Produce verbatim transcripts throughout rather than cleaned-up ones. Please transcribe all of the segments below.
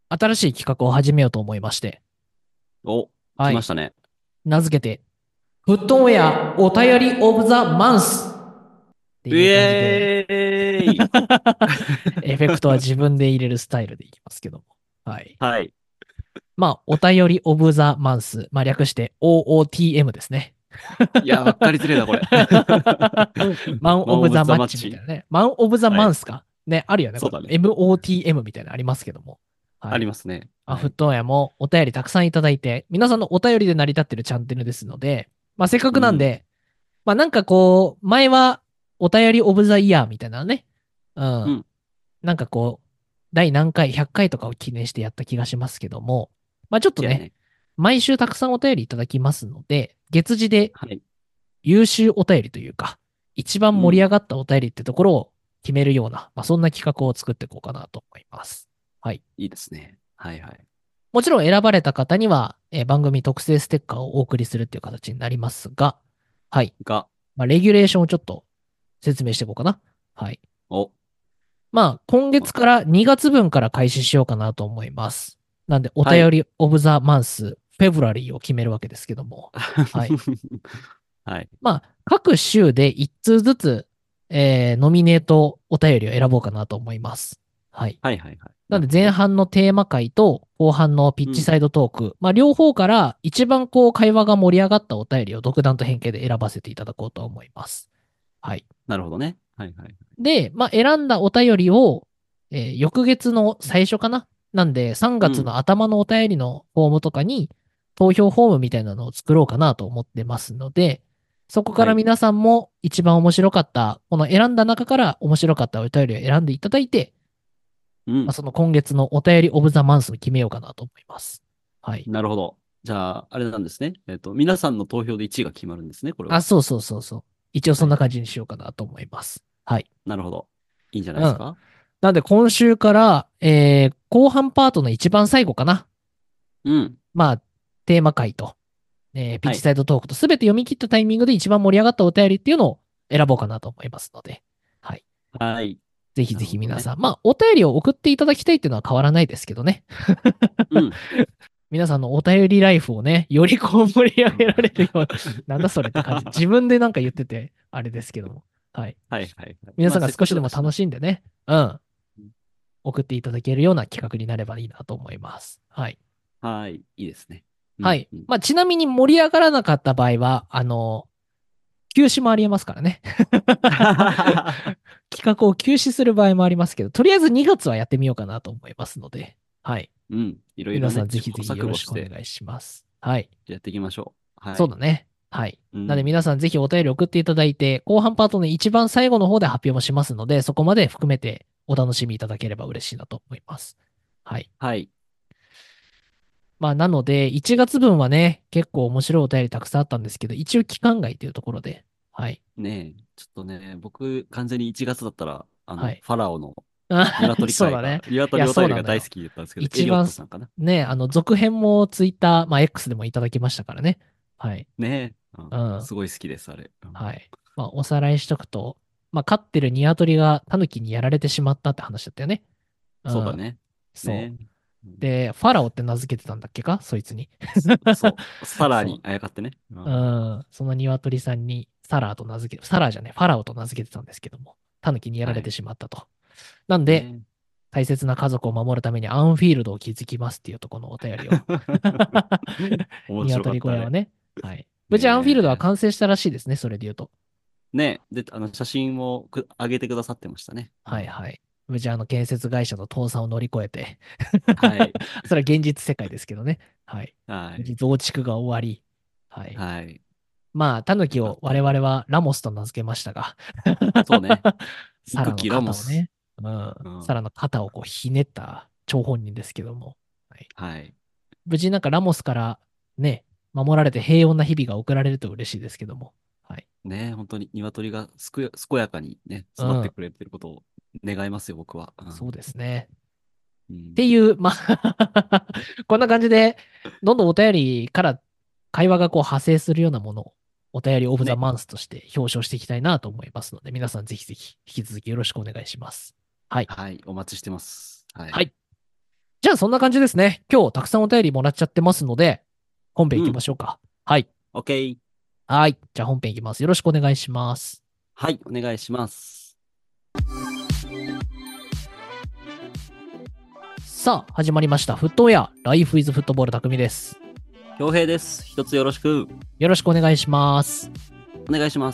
新しい企画を始めようと思いまして。 お、 はい。 来ましたね。 名付けて、フットウェアお便りオブザマンスってイいう感じで、 エーイエフェクトは自分で入れるスタイルでいきますけども。はい。 はい。 まあ、お便りオブザマンス。まあ、略して オーオーティーエム ですね。 いや、わかりづれえな、これ。 マンオブマンオブザマッチみたザマッチ。 いなね。マンオブザはい。 マンスか。ね、あるよね、これ。 そうだね。 エムオーティーエム みたいなのありますけども。はありい。 ますね。 まあ、 はい。 フットウェアもお便りたくさんいただいて、皆さんのお便りで成り立ってるチャンネルですので、まあ、せっかうん。 くなんで、まあ、なんかこう、前はお便りオブザイヤーみたいなね。うん。 うん。 なんかこう、第何回、ひゃっかいとかを記念してやった気がしますけども、まあ、ちょっとね、 いやね。 毎週たくさんお便りいただきますので、月次ではい。 優秀お便りというか、一番うん。 盛り上がったお便りってところを決めるような、まあ、そんな企画を作っていこうかなと思います。はい。 いいですね。はいはい。 もちろん選ばれた方には、えー番組特製ステッカーをお送りするっていう形になりますが、はい。 が、 まあ、レギュレーションをちょっと説明していこうかな。はい。 お、 まあ、今月からにがつ分から開始しようかなと思います。なんで、おはい。 便りオブザマンス、フェブラリーを決めるわけですけども。はい。 はい。 まあ、各週でいち通ずつ、えーノミネートお便りを選ぼうかなと思います。はい。 はいはいはい。 なので、 なるほど。 前半のテーマ回と後半のピッうん。 チサイドトーク、まあ、両方から一番こう、会話が盛り上がったお便りを独断と偏見で選ばせていただこうと思います。はい。 なるほどね。はいはい。 で、まあ、選んだお便りを、えー翌月の最初かな。なんで、3 うん。 月の頭のお便りのフォームとかに、投票フォームみたいなのを作ろうかなと思ってますので、そこかはい。 ら皆さんも一番面白かった、この選んだ中から面白かったお便りを選んでいただいて、まあ、 うん。 その今月のお便りオブザマンスを決めようかなと思います。はい。 なるほど。じゃあ、あれなんですね。えっと、皆さんの投票でいちいが決まるんですね、これあ、 は。 そうそうそうそう。一応そんな感はいはい。 じにしようかなと思います。はい。 なるほど。いいんじゃないうん。 ですか？ なんで今週から、えー後半パートの一番最後かな。 うん。 まあ、テーマ回と、えーピッはい。 チサイドトークとすべて読み切ったタイミングで一番盛り上がったお便りっていうのを選ぼうかなと思いますので、はい。 はい。 ぜひぜなるほどね。 ひ皆さん、まあ、お便りを送っていただきたいっていうのは変わらないですけどね。 うん。 皆さんのお便りライフをね、よりこう盛り上げられるような、なんだそれって感じ。自分でなんか言ってて、あれですけども。はい。 はいはいはい。 皆さんがまあ、せっか少しでも楽くだしな。 しんでね、うん、送っていただけるような企画になればいいなと思います。はい。 はい。いいですね。うはい。 ん。うん。 まあ、ちなみに盛り上がらなかった場合は、あの、休止もありえますからね。企画を休止する場合もありますけど、とりあえずにがつはやってみようかなと思いますので、はい。 うん。いろいろね、 皆さんぜひぜ試行錯ひよろし誤してくお願いします。はい。 やっていきましょう。はい。 そうだね。はい。なのでうん。 皆さんぜひお便り送っていただいて、後半パートの一番最後の方で発表もしますので、そこまで含めてお楽しみいただければ嬉しいなと思います。はい。 はい。 まあ、なので、いちがつ分はね、結構面白いお便りたくさんあったんですけど、一応期間外というところで、はい。 ねえ、ちょっとね、僕、完全にいちがつだったら、あの、 はい。 ファラオのあ鶏会が、 そうだね。いや、 鶏お便りそうなのよ。 が大好きだったんですけど、エリオッ一番トさんかな。 ね、あの、続編もツイッター、まあ、X でもいただきましたからね。はい。 ねえ、うん、 うん。 すごい好きです、あれ。うん、 はい。まあ、おさらいしとくと、まあ、飼ってるニワトリがタヌキにやられてしまったって話だったよね。うん。 そうだね。 そう。 ねえ。うん、 で、ファラオって名付けてたんだっけかそいつに。 そそう、サラそにあやかってね。うう。うん、 ん。そのニワトリさんにサラーと名付け、サラーじゃね、ファラオと名付けてたんですけども、タヌキにやられてはい。 しまったと。なんで、 ね大切な家族を守るためにアンフィールドを築きますっていうところのお便りを。 え。面白か鶏った、あれ。 小屋をね。はい。無事アンフィールドはね完成したらしいですね、それで言うと。 え。ねえ。で、あの、写真をく上げてくださってましたね。うん、 はいはい。無事あの建設会社の倒産を乗り越えてはい。 それは現実世界ですけどね。はい。 はい。 無事増築が終わり。はい。 はい。 まあ、タヌキよかっを我々 た。 はラモスと名付けましたがそうね。 サラのイクキラモス。 肩をね、うん、 うん。 サラの肩をこうひねった張本人ですけども。はい。 はい。 無事なんかラモスからね、守られて平穏な日々が送られると嬉しいですけども。はい。 ねえ、本当に鶏がすくや、健やかにね、 うん。 育ってくれてることを願いますよ、僕は。うそうん。 ですね。 うん、 っていう、まあこんな感じで、どんどんお便りから会話がこう派生するようなものを、お便りオブザね。 マンスとして表彰していきたいなと思いますので、皆さんぜひぜひ引き続きよろしくお願いします。はい。 はい。お待ちしてます。はい。 はい。 じゃあそんな感じですね。今日たくさんお便りもらっちゃってますので、本編行きましょうか。はい。 オッケー。 はい。じゃあ本編行きます。よろしくお願いします。 はい、お願いします。 さあ、始まりました。フットウェア、Life is Football 匠です。 恭平です。一つよろしく。 よろしくお願いします。 お願いします。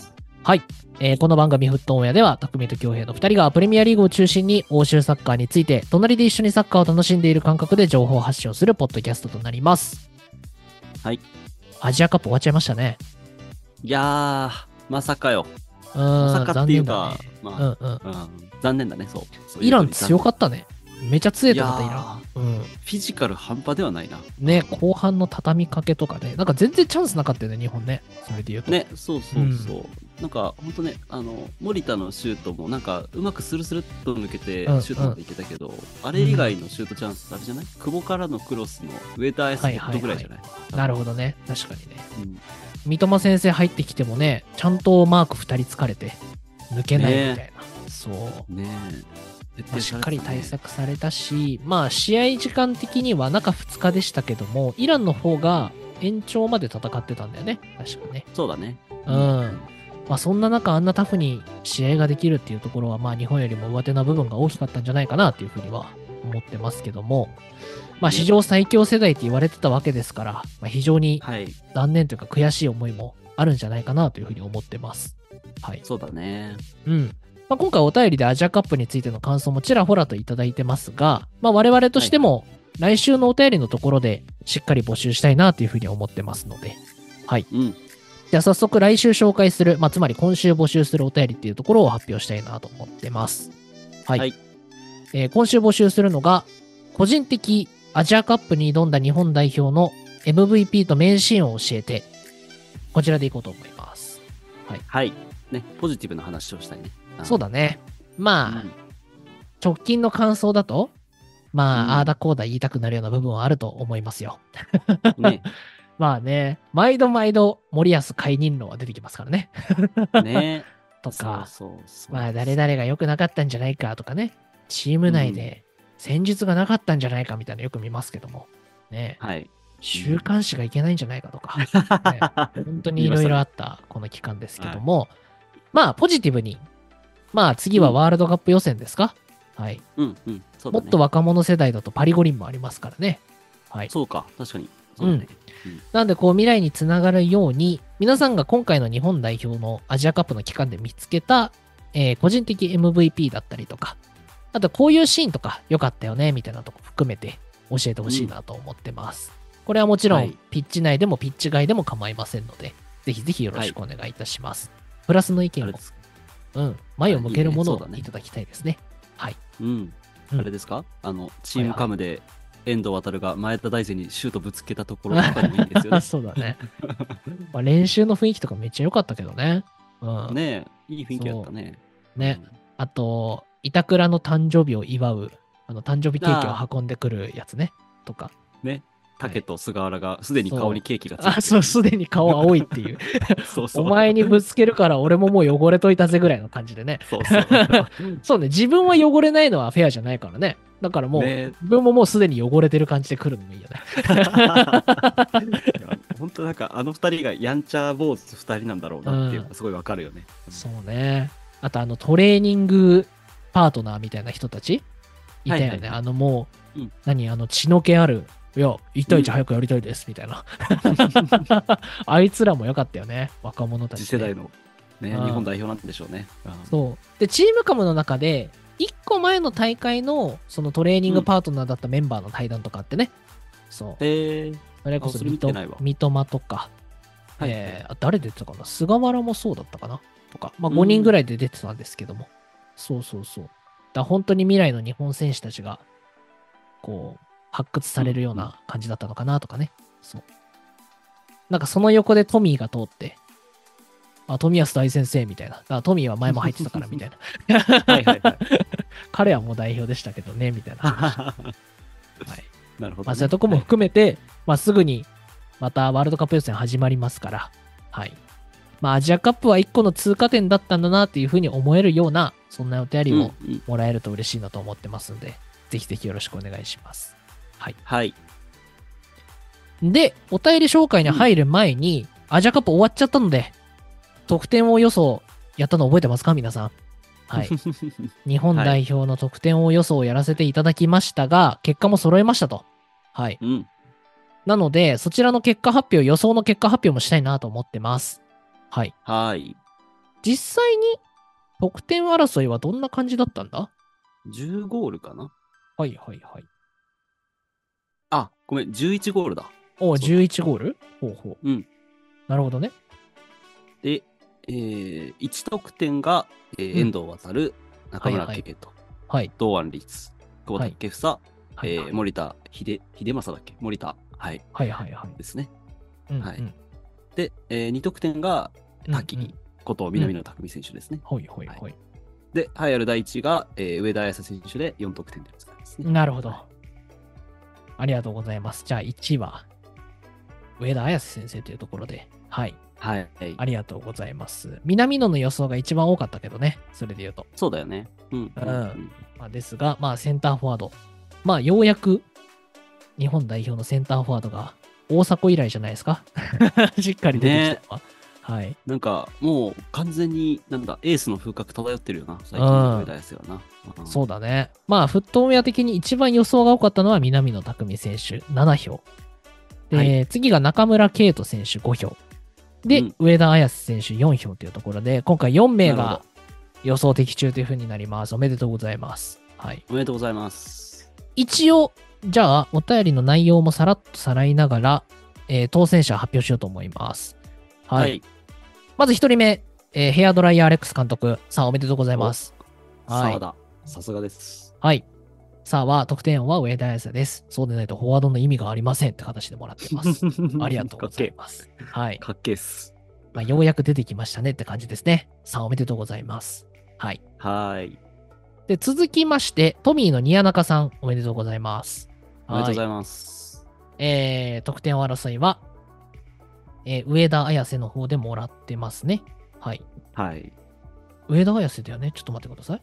はい。えーこの番組フットウェアでは、匠と恭平のふたりがプレミアリーグを中心に欧州サッカーについて、隣で一緒にサッカーを楽しんでいる感覚で情報発信をするポッドキャストとなります。 はい。 アジアカップ終わっちゃいましたね。 いやー、まさかよ。 うーん、 まさかっていうか、 残念まあ、 だね。うんうん。 うん、残念だね、そう。そういうイラン強かっったね。めちゃ強いいやと思った、イラー、 ン。うん。 フィジカル半端ではないな。 ね、後半の畳みかけとかね。なんか全然チャンスなかったよね、日本ね。それで言うと。 ね、そうそうそう。なんか、ほんとね、あの、森田のシュートも、なんか、うまくスルスルっと抜けて、 うんシュートまでいけたけど、あれ以外のシュートチャンス、あれじゃない久保からのクロスの上田エスヘッドぐらいじゃない、 なるほどね。確かにね。 うん三笘先生入ってきてもね、ちゃんとマークふたりつかれて、抜けないみたいな。そう。 ねえ。 まあしっかり対策されたし、まあ試合時間的には中ふつかでしたけども、イランの方が延長まで戦ってたんだよね。確かね。 そうだね。 うん。まあそんな中あんなタフに試合ができるっていうところは、まあ日本よりも上手な部分が大きかったんじゃないかなっていうふうには思ってますけども、まあ史上最強世代って言われてたわけですから、まあ、非常にはい。 残念というか悔しい思いもあるんじゃないかなというふうに思ってます。はい。 そうだね。 うん。まあ、今回お便りでアジアカップについての感想もちらほらといただいてますが、まあ、我々としても来週のお便りのところでしっかり募集したいなというふうに思ってますので、はい。 うん。 じゃあ早速来週紹介する、まあ、つまり今週募集するお便りっていうところを発表したいなと思ってます。はい。 はいえー今週募集するのが、個人的アジアカップに挑んだ日本代表の エムブイピー と名シーンを教えて、こちらでいこうと思います。 はい。ね、ポジティブな話をしたいね。 そうだね。まあ、 うん直近の感想だと、まあ、 うんああだこうだ言いたくなるような部分はあると思いますよ。 ね。 まあね、毎度毎度森保解任論は出てきますからね。 ね。 とか、 そうそうそう。 まあ誰々が良くなかったんじゃないかとかね、チーム内で戦術がなかったんじゃないかみたいなのよく見ますけども、ね、 はい。 週刊誌がいけないんじゃないかとか、ね、本当にいろいろあったこの期間ですけども、まあポジティブに、まあ次はワールドカップ予選ですか、はい。 うんうん。そうだね。 もっと若者世代だとパリ五輪もありますからね。はい。 そうか。確かに。そうだね。 なんでこう未来につながるように、皆さんが今回の日本代表のアジアカップの期間で見つけた、えー個人的 エムブイピー だったりとか、あとこういうシーンとか良かったよね、みたいなとこ含めて教えてほしいなと思ってます。これはもちろんはいピッチ内でもピッチ外でも構いませんので、ぜひぜひよろしくお願いいたします。プラスの意見をあれです。 うん、前を向けるものいいねそうだねをいただきたいですね。はい。 うん。 うんあれですかあの、チームカムで遠藤航が前田大然にシュートぶつけたところとかでもいいですよね。 そうだね。まあ、練習の雰囲気とかめっちゃ良かったけどね。うん。 ねえ、いい雰囲気だったね。 ね。あと、板倉の誕生日を祝う、あの、誕生日ケーキを運んでくるやつね。とか。 うん。ね。竹と菅原がすでに顔にケーキがついてる。 あ、そう、すでに顔青いっていう。 そうそう。 お前にぶつけるから俺ももう汚れといたぜぐらいの感じでね。 そうそう。 そうね、自分は汚れないのはフェアじゃないからね。だからもう、 ね自分ももうすでに汚れてる感じで来るのもいいよね。 本当なんかあの二人がやんちゃ坊主二人なんだろうなっていうのがすごいわかるよね。 そうね。あとあのトレーニングパートナーみたいな人たちいたよね。 はいはいはいあのもう、 うん何あの血の気ある、いや、一対一早くやりたいです、みたいな。あいつらも良かったよね。若者たち、ね。 次世代の、ね、日うん本代表なんでしょうね。うんそう。で、チームカムの中で、一個前の大会のそのトレーニングパートナーだったメンバーの対談とかあってね。そう。 えー、 それこそあそれ見てないわ三笘とか、 はいえーあ誰出てたかな菅原もそうだったかなとか、まあごにんぐらいで出てたんですけども。そうそうそう。だから本当に未来の日本選手たちが、こう、発掘されるような感じだったのかなとかね。そう。なんかその横でトミーが通って、あ、富安大先生みたいな。だからトミーは前も入ってたからみたいな。 はいはいはい。 彼はもう代表でしたけどね、みたいな話。はい。 なるほど、ね。 まあそういうとこも含めて、まあすぐにまたワールドカップ予選始まりますから、はい。まあアジアカップは一個の通過点だったんだなっていうふうに思えるような、そんなお便りをうんうんもらえると嬉しいなと思ってますんで、ぜぜひぜひよろしくお願いします。はい。 はい。 で、お便り紹介に入る前に、うん、アジアカップ終わっちゃったので、得点王予想やったの覚えてますか皆さん。はい。日本代表の得点王予想をやらせていただきましたが、はい、結果も揃えましたと。はい。 うん、 なので、そちらの結果発表、予想の結果発表もしたいなと思ってます。はい。 はい。 実際に得点争いはどんな感じだったんだ ? じゅう ゴールかな。 はいはいはい。 あ、ごめん、じゅういちゴールだ。 お、じゅういちゴールほうほう。うん。 なるほどね。 で、えー、いち得点が、えー、遠藤航、うん、中村圭斗、 はい、 堂安律、久保建英、 はいえーはい、森田秀秀政だっけ森田、はい。 はいはいはい。 ですね。 うんうん、 はい。で、えー、に得点が滝、うんうん、こと南野拓実選手ですね。 はいはいはい。 で、栄えある第一が、えー、上田綺世選手でよん得点でございますね。 なるほど。ありがとうございます。じゃあいちいは上田綺世先生というところで、はい。 はい。 ありがとうございます。南野の予想が一番多かったけどね。それで言うと。 そうだよね。うん。うんうん。まあ、ですが、まあ、センターフォワード。まあ、ようやく、日本代表のセンターフォワードが、大迫以来じゃないですか。しっかり出てきたのは。ね、はい。 なんか、もう、完全に、なんだ、エースの風格漂ってるよな。最近の上田ですよな。 うん、そうだね。まあ、フットウェア的に一番予想が多かったのは、南野拓実選手、なな票。で、はい、次が中村敬斗選手、ご票。で、うん、上田綺世選手よん票というところで、今回よん名が予想的中というふうになります。おめでとうございます。はい。 おめでとうございます。 一応、じゃあ、お便りの内容もさらっとさらいながら、えー、当選者発表しようと思います。はい。はい、まずひとりめ、えー、ヘアドライヤーアレックス監督さん、おめでとうございます。 はい。さあだ。さすがです。 はい。さあは、得点王は上田綺世です。そうでないとフォワードの意味がありませんって形でもらっています。ありがとうございます。はい。 かっけーっす。 まあ、ようやく出てきましたねって感じですね。さんおめでとうございます。はい。 はい。 で、続きまして、トミーのニヤナカさん、おめでとうございます。 おめでとうございます。 えー、得点王争いは、えー、上田綺世の方でもらってますね。はい。 はい。 上田綺世だよね。ちょっと待ってください。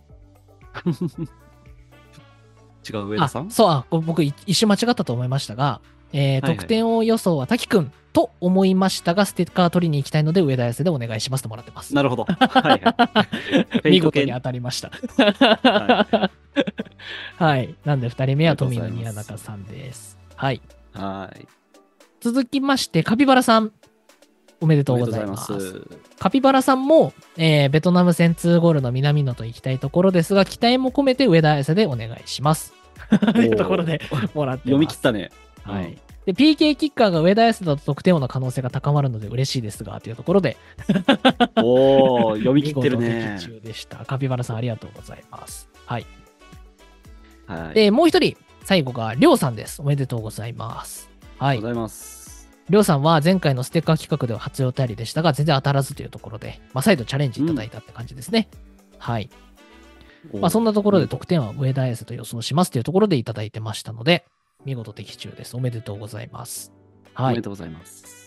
違う上田さん？ あ、そう、あ、僕一瞬間違ったと思いましたが、えー、得点王予想は滝くんと思いましたが、ステッカー取りに行きたいので上田綺世でお願いしますともらってます。 なるほど。はいはい、 見事に当たりました。はい、はい。なんでふたりめは富野宮中さんです。はい。 はい。 続きまして、カピバラさん。おめでとうございます。ますカピバラさんも、えー、ベトナム戦にゴールの南野と行きたいところですが、期待も込めて上田綺世でお願いします。というところでもらってます。 読み切ったね。 はい。で、ピーケー キッカーが上田綺世だと得点王の可能性が高まるので嬉しいですが、というところで。 おー、読み切ってるね。 的中でした。カピバラさんありがとうございます。はい。 はい、 で、もう一人、最後がりょうさんです。おめでとうございます。はい。 ありがとうございます。 りょうさんは前回のステッカー企画では初お便りでしたが、全然当たらずというところで、まあ、再度チャレンジいただいたって感じですね。うん、はい。まあ、そんなところで得点は上田綺世と予想しますというところでいただいてましたので、見事的中です。おめでとうございます。はい。 おめでとうございます。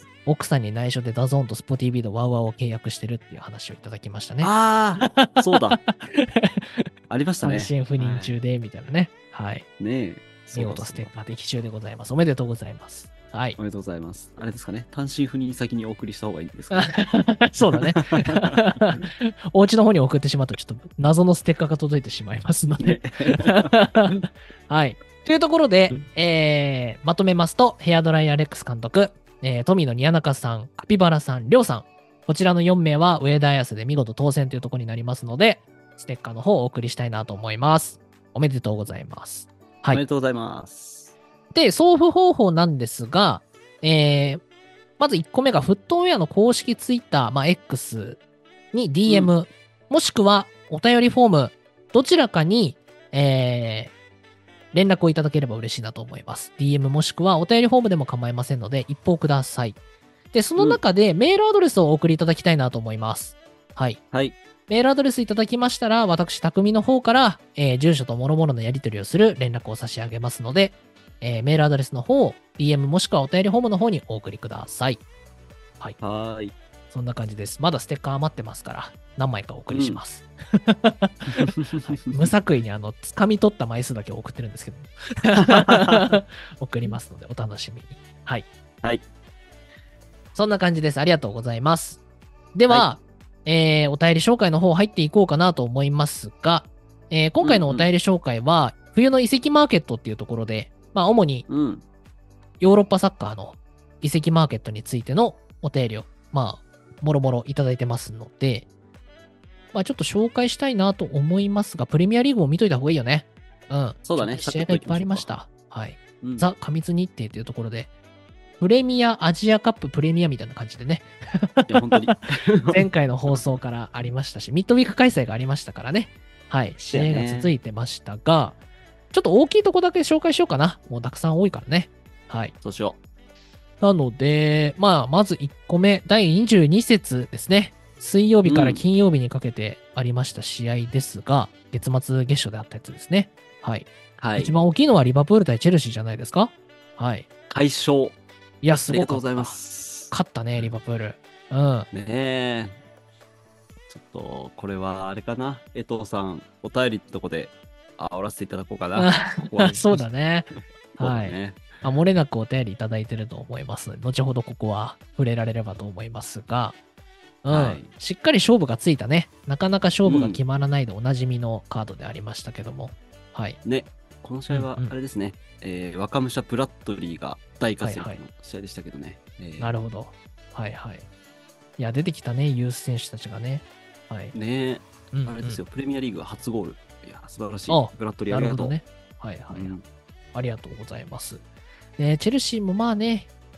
奥さんに内緒でダゾーンとスポティービーとワウワウを契約してるっていう話をいただきましたね。 ああ、そうだ。ありましたね。 単身赴任中で、みたいなね。はい。 ねえ。 見事ステッカー的中でございます。おめでとうございます。はい。 おめでとうございます。あれですかね。単身赴任先にお送りした方がいいんですか、ね、 そうだね。お家の方に送ってしまうと、ちょっと謎のステッカーが届いてしまいますので。はい。というところで、えー、まとめますと、ヘアドライヤーレックス監督、えー、トミーのニヤナカさん、カピバラさん、りょうさん、こちらのよん名は上田綺世で見事当選というところになりますので、ステッカーの方をお送りしたいなと思います。おめでとうございます。はい。 おめでとうございます。 で、送付方法なんですが、えー、まずいっこめがフットウェアの公式ツイッター、まあ、X に ディーエム、うん、もしくはお便りフォーム、どちらかに、えー、連絡をいただければ嬉しいなと思います。ディーエム もしくはお便りフォームでも構いませんので、一報ください。で、その中でメールアドレスをお送りいただきたいなと思います。はい。 はい。 メールアドレスいただきましたら、私、匠の方から、えー、住所と諸々のやり取りをする連絡を差し上げますので、えー、メールアドレスの方を ディーエム もしくはお便りフォームの方にお送りください。はい。 はい。 そんな感じです。まだステッカー余ってますから、何枚かお送りします。はい、無作為にあの、掴み取った枚数だけ送ってるんですけど、送りますので、お楽しみに。はい。 はい。 そんな感じです。ありがとうございます。では、はい、えー、お便り紹介の方入っていこうかなと思いますが、えー、今回のお便り紹介は、うんうん、冬の移籍マーケットっていうところで、まあ、主に、ヨーロッパサッカーの移籍マーケットについてのお便りを、まあ、もろもろいただいてますので、まあちょっと紹介したいなと思いますが、プレミアリーグも見といた方がいいよね。うん。 そうだね。 試合がいっぱいありました。はい。うん、ザ・過密日程というところで、プレミアアジアカッププレミアみたいな感じでね。 いや、本当に。 前回の放送からありましたし、ミッドウィーク開催がありましたからね。はい。試合が続いてましたが、ね、ちょっと大きいとこだけ紹介しようかな。もうたくさん多いからね。はい。 そうしよう。なので、まあ、まずいっこめ、だいにじゅうに節ですね。水曜日から金曜日にかけてありました試合ですが、うん、月末月初であったやつですね。はい。はい、一番大きいのはリバプール対チェルシーじゃないですか。はい。 快勝。 いや、すごかった。 ありがとうございます。 勝ったね、リバプール。うん。 ねえ。ちょっと、これはあれかな。江藤さん、お便りってとこで煽らせていただこうかな。 ここそうだね。はい。ね、あ漏れなくお便りいただいてると思いますので、後ほどここは触れられればと思いますが、うん、はい、しっかり勝負がついたね。なかなか勝負が決まらないでおなじみのカードでありましたけども。うん、はい。 ね、この試合はあれですね、うんうん、えー、若武者プラットリーが大活躍の試合でしたけどね。 はいはいえー、なるほど。はいはい。いや、出てきたね、ユース選手たちがね。はい。 ねえ、うんうん、あれですよ、プレミアリーグ初ゴール。いや、素晴らしい。プラットリーありがとう。 なるほどね。はいはい、うん。ありがとうございます。で、チェルシーもまあね、うん、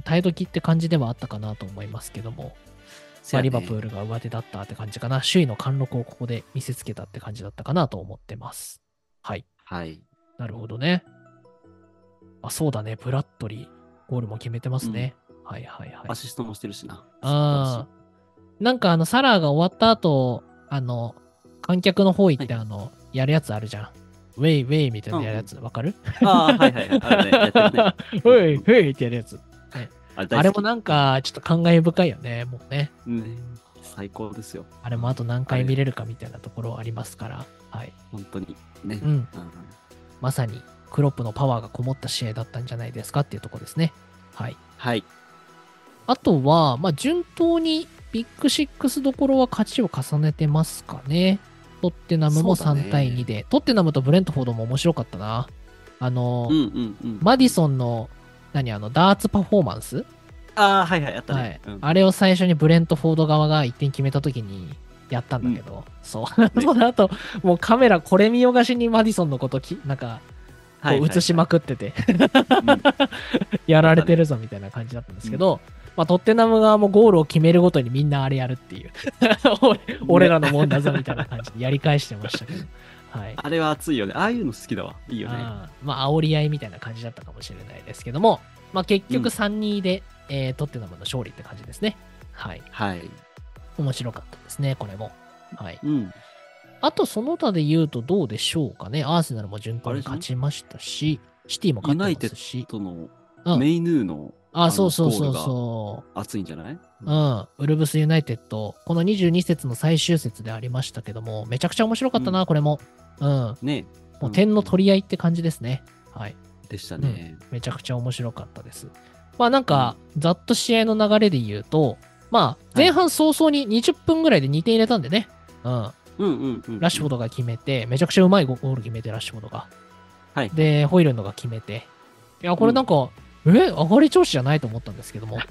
耐え時って感じではあったかなと思いますけども。まあ、リバプールが上手だったって感じかな。首位の貫禄をここで見せつけたって感じだったかなと思ってます。はい。 はい。 なるほどね。あ、そうだね。ブラッドリー、ゴールも決めてますね。うん、はいはいはい。 アシストもしてるしな。 ああ。なんかあの、サラーが終わった後、あの、観客の方行って、はい、あの、やるやつあるじゃん。ウェイウェイみたいなやるやつ、わ、うん、かるああ、はいはいはい。あれね、やってるね。 ウェイウェイってやるやつ。ねあれ、あれもなんか、ちょっと感慨深いよね、もうね。 ね最高ですよ。 あれもあと何回見れるかみたいなところありますから、はい。 本当にね。 うん。うん、まさに、クロップのパワーがこもった試合だったんじゃないですかっていうところですね。はい。 はい。 あとは、まあ、順当にビッグシックスどころは勝ちを重ねてますかね。トッテナムもさんたいにで、ね、トッテナムとブレントフォードも面白かったな。あの、 うんうんうん、 マディソンの、何あの、ダーツパフォーマンスああ、はいはい、やったね、 はいうん。あれを最初にブレントフォード側がいってん決めたときにやったんだけど、うん、そう。その後、もうカメラこれ見よがしにマディソンのことき、なんか、こう映しまくってて、やられてるぞみたいな感じだったんですけど、うんまあ、トッテナム側もゴールを決めるごとにみんなあれやるっていう俺らのもんだぞみたいな感じでやり返してましたけど、はい、 あれは熱いよね。ああいうの好きだわ。いいよね。 あまあ煽り合いみたいな感じだったかもしれないですけども、まあ、結局 さんたいに で、うんえー、トッテナムの勝利って感じですね。はい。 はい。 面白かったですね、これも。はい。 うん、 あとその他で言うとどうでしょうかね。アーセナルも順当に勝ちましたし、シティも勝ってますし。 ユナイテッドのメイヌーの、うんあ、そうそうそうそう。 熱いんじゃない？ うん。ウルブスユナイテッド、このにじゅうに節の最終節でありましたけども、めちゃくちゃ面白かったな、うん、これも。うん。 ねもう点の取り合いって感じですね。はい。 でしたね、 うん。めちゃくちゃ面白かったです。まあなんか、うん、ざっと試合の流れで言うと、まあ、前半早々ににじゅっぷんぐらいでにてん入れたんでね。うん。 うんうんうん。 ラッシュフォードが決めて、めちゃくちゃうまいゴール決めて、ラッシュフォードが。 はい。 で、ホイルンドが決めて。いや、これなんか、うんえ上がり調子じゃないと思ったんですけども。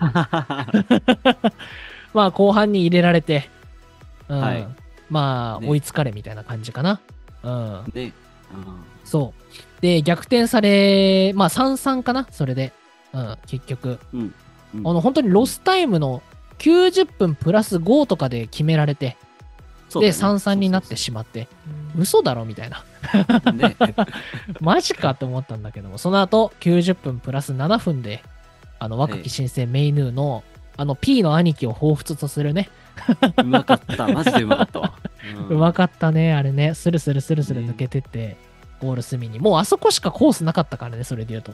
まあ、後半に入れられて、うん、はい、まあ、追いつかれみたいな感じかな。うん。 ね、うん、 そう。で、逆転され、まあ、さんたいさんかなそれで。うん、結局。 うんうん、 あの、本当にロスタイムのきゅうじゅっぷんプラスごとかで決められて、で、さんたいさんになってしまって、嘘だろみたいな。ね、マジかって思ったんだけども、その後、きゅうじゅっぷんプラスななふんで、あの、若き新星メイヌーの、あの、P の兄貴を彷彿とするね。 うまかった。マジでうまかったわ。 うん、うまかったね、あれね。スルスルスルスル抜けてって、ね、ゴール隅に。もうあそこしかコースなかったからね、それで言うと。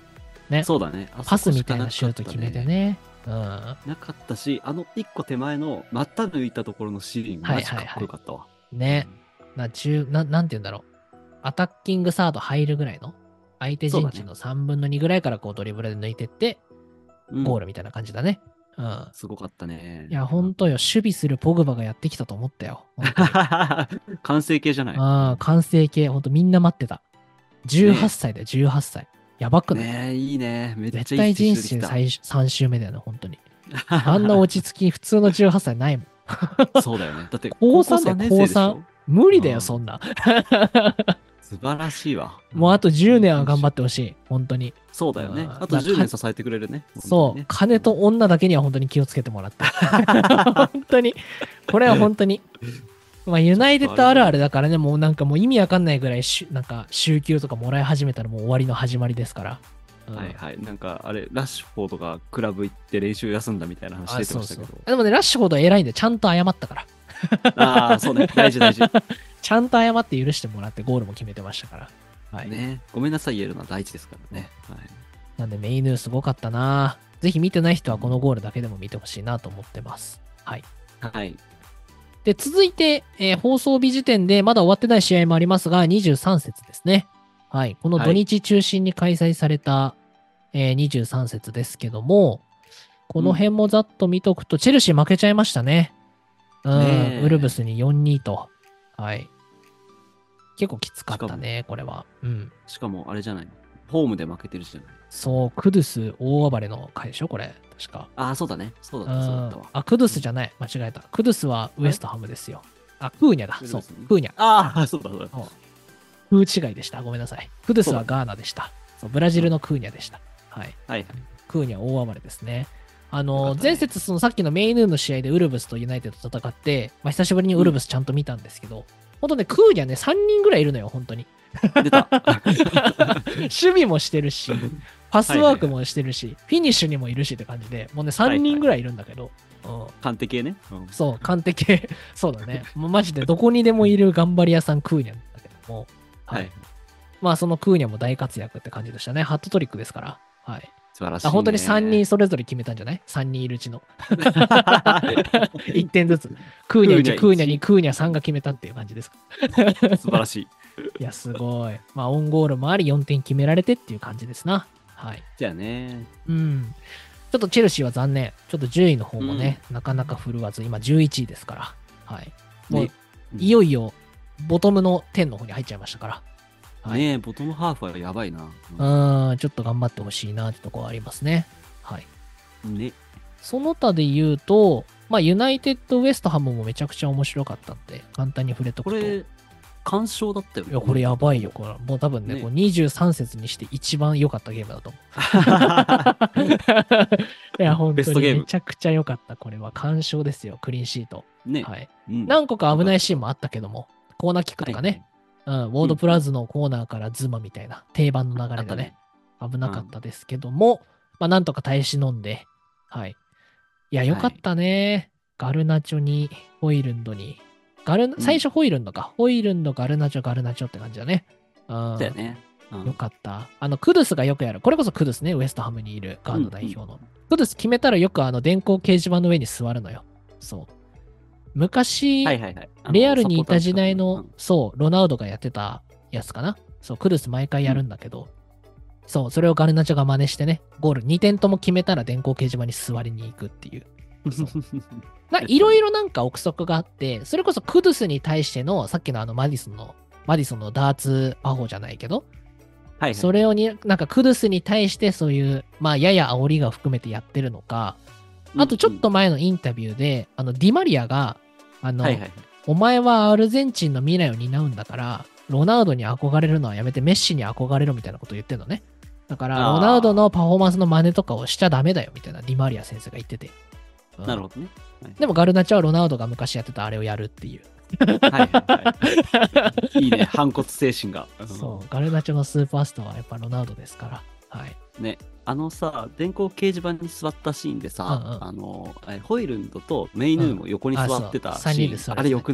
ね。 そうだね。あそこパスみたいなしかなかったシュート決めて。ね。うん。 なかったし、あの一個手前の股抜いたところのシーン、マジかっこよかったわ。 ね。な、中、な、なんて言うんだろう。アタッキングサード入るぐらいの、相手陣地のさんぶんのにぐらいからこうドリブルで抜いてって、 うんゴールみたいな感じだね。うん。 すごかったね。 いや、ほんとよ。守備するポグバがやってきたと思ったよ。本当に完成形じゃない。 ああ、完成形。ほんとみんな待ってた。じゅうはっさいだよ、じゅうはっさい。やばくない？ ねえ、いいね。めっちゃいい絶対人生最さん週目だよね、本当に。あんな落ち着き、普通のじゅうはっさいないもん。 そうだよね。だって、 高さんだよ、 高高さん。 さん。無理だよ、 うんそんな。 素晴らしいわ。 もうあとじゅうねんは頑張ってほしい、本当に。 そうだよね。 うんあとじゅうねん支えてくれるね。 そう、 ね金と女だけには本当に気をつけてもらって。本当に。これは本当に。まあ、ユナイテッドあるあるだからね、もうなんかもう意味わかんないぐらいし、なんか、週休とかもらい始めたらもう終わりの始まりですから。うんはいはい。なんか、あれ、ラッシュフォードがクラブ行って練習休んだみたいな話出てましたけど。 あそうそうでもね、ラッシュフォードは偉いんで、ちゃんと謝ったから。 ああ、そうね。大事大事。 ちゃんと謝って許してもらってゴールも決めてましたから。はい。 ね。ごめんなさい言えるのは大事ですからね。はい。 なんで、メイヌーすごかったな。ぜひ見てない人はこのゴールだけでも見てほしいなと思ってます。はい。 はい。 で、続いて、えー放送日時点でまだ終わってない試合もありますが、にじゅうさん節ですね。はい。この土日中心に開催された、えーにじゅうさん節ですけども、この辺もざっと見とくと、チェルシー負けちゃいましたね。うん、 ねえウルブスによんたいにと。はい。結構きつかったね、これは。うん。 しかも、あれじゃない。ホームで負けてるじゃない。 そう、クドゥス大暴れの回でしょ、これ。確か。 ああ、そうだね。そううだった、そうだったんわ。 あ、クドゥスじゃない。間違えた。クドゥスはウエストハムですよ。あ、クーニャだ。そうクドゥスね、 クーニャ。 ああ、そうだ、そうだ。 風違いでした。ごめんなさい。クドゥスはガーナでした。そう、ブラジルのクーニャでした。はい。 はいはい。 クーニャ大暴れですね。あよかの、 ったね前節、そのさっきのメイヌーンの試合でウルブスとユナイテッド戦って、まあ、久しぶりにウルブスちゃんと見たんですけど、本当ね、クーニャね、さんにんぐらいいるのよ、本当に。 出た。 守備もしてるし、パスワークもしてるし、フィニッシュにもいるしって感じで、もうね、さんにんぐらいいるんだけど、うん鑑定系ね。うんそう、完璧。そうだね。もうマジでどこにでもいる頑張り屋さんクーニャなんだけども、はい。 はい。 まあ、そのクーニャも大活躍って感じでしたね。ハットトリックですから。はい。 素晴らしい、ね。 あ本当にさんにんそれぞれ決めたんじゃない ?さん 人いるうちの。いってんずつ。クーニャいち、ククーニャいちーニャに、クーニャさんが決めたっていう感じですか。 素晴らしい。 いや、すごい。まあ、オンゴールもあり、よんてん決められてっていう感じですな。はい。 じゃあね。 うん。ちょっとチェルシーは残念。ちょっと順位の方もね、なかなか振るわず、今じゅういちいですから。はい。もう、 ねいよいよ、ボトムのじゅうの方に入っちゃいましたから。はいねえ、ボトムハーフはやばいな。 うーん、ちょっと頑張ってほしいなってところはありますね。はい。 ね。 その他で言うと、まあ、ユナイテッドウエストハムもめちゃくちゃ面白かったんで、簡単に触れとくと。 これ、干渉だったよね。 いや、これやばいよ。これもう多分ね、 ねこうにじゅうさん節にして一番良かったゲームだと思う。いや、本当にベストゲームめちゃくちゃ良かった。これは完勝ですよ。クリーンシート。 ね。 はい。 うん何個か危ないシーンもあったけども、コーナーキックとかね、うん、ウォードプラズのコーナーからズマみたいな定番の流れでね、危なかったですけども、まあ、なんとか耐え忍んで、はい。いや、よかったね。ガルナチョに、ホイルンドに。ガル、最初ホイルンドか。ホイルンド、ガルナチョ、ガルナチョって感じだね。うん。 だよね。うんよかった。あの、クドゥスがよくやる。これこそクドゥスね。ウエストハムにいるガーナ代表の。クドゥス決めたらよくあの、電光掲示板の上に座るのよ。そう。昔、 はいはいはい。あのレアルにいた時代サポーのター、 そう、ロナウドがやってたやつかな。そう、クドゥス毎回やるんだけど、そう、それをガルナチョが真似してね、ゴールにてんとも決めたら電光掲示板に座りに行くっていう。そうないろいろなんか憶測があって、それこそクドゥスに対しての、さっきのあのマディソンの、マディソンのダーツパフォじゃないけど、 はいはい。 それをに、なんかクドゥスに対してそういう、まあ、やや煽りが含めてやってるのか、あとちょっと前のインタビューで、あの、ディマリアが、あの、 はいはいはい。 お前はアルゼンチンの未来を担うんだから、ロナウドに憧れるのはやめてメッシに憧れろみたいなことを言ってるのね。だから、 あーロナウドのパフォーマンスの真似とかをしちゃダメだよみたいなディマリア先生が言ってて。うんなるほどね。はいでもガルナチョはロナウドが昔やってたあれをやるっていう。 はいはいはい。いいね。反骨精神が。 そう、ガルナチョのスーパースターはやっぱロナウドですから。はい。 ね。あのさ、電光掲示板に座ったシーンでさ、 うんうんあの、えホイルンドとメイヌーも横に座ってたうんあそう三シーン、 人で座るやつねあれよくない？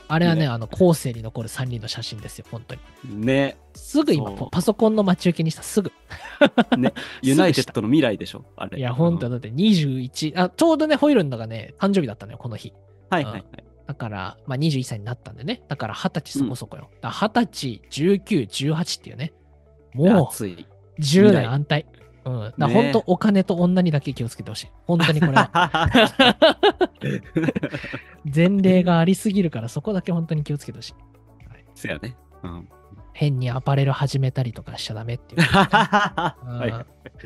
あれはね、 ねあの、後世に残るさんにんの写真ですよ、本当に。 ね。 すぐ今、 そうパソコンの待ち受けにした、すぐ。 ね。ユナイテッドの未来でしょ、あれ。 いや、本当うんだってにじゅういち、あ、ちょうどね、ホイルンドがね、誕生日だったのよ、この日。 はいはいはい。 だから、まあ、にじゅういっさいになったんでね。だからはたちそこそこよ。 うん、 だからはたち、じゅうきゅう、じゅうはちっていうね。も熱い。 う、じゅうねん安泰。うん。だから本当ねお金と女にだけ気をつけてほしい。本当にこれは。前例がありすぎるから、そこだけ本当に気をつけてほしい。はい、 せやね。うん。 変にアパレル始めたりとかしちゃダメっていう、ね。はい、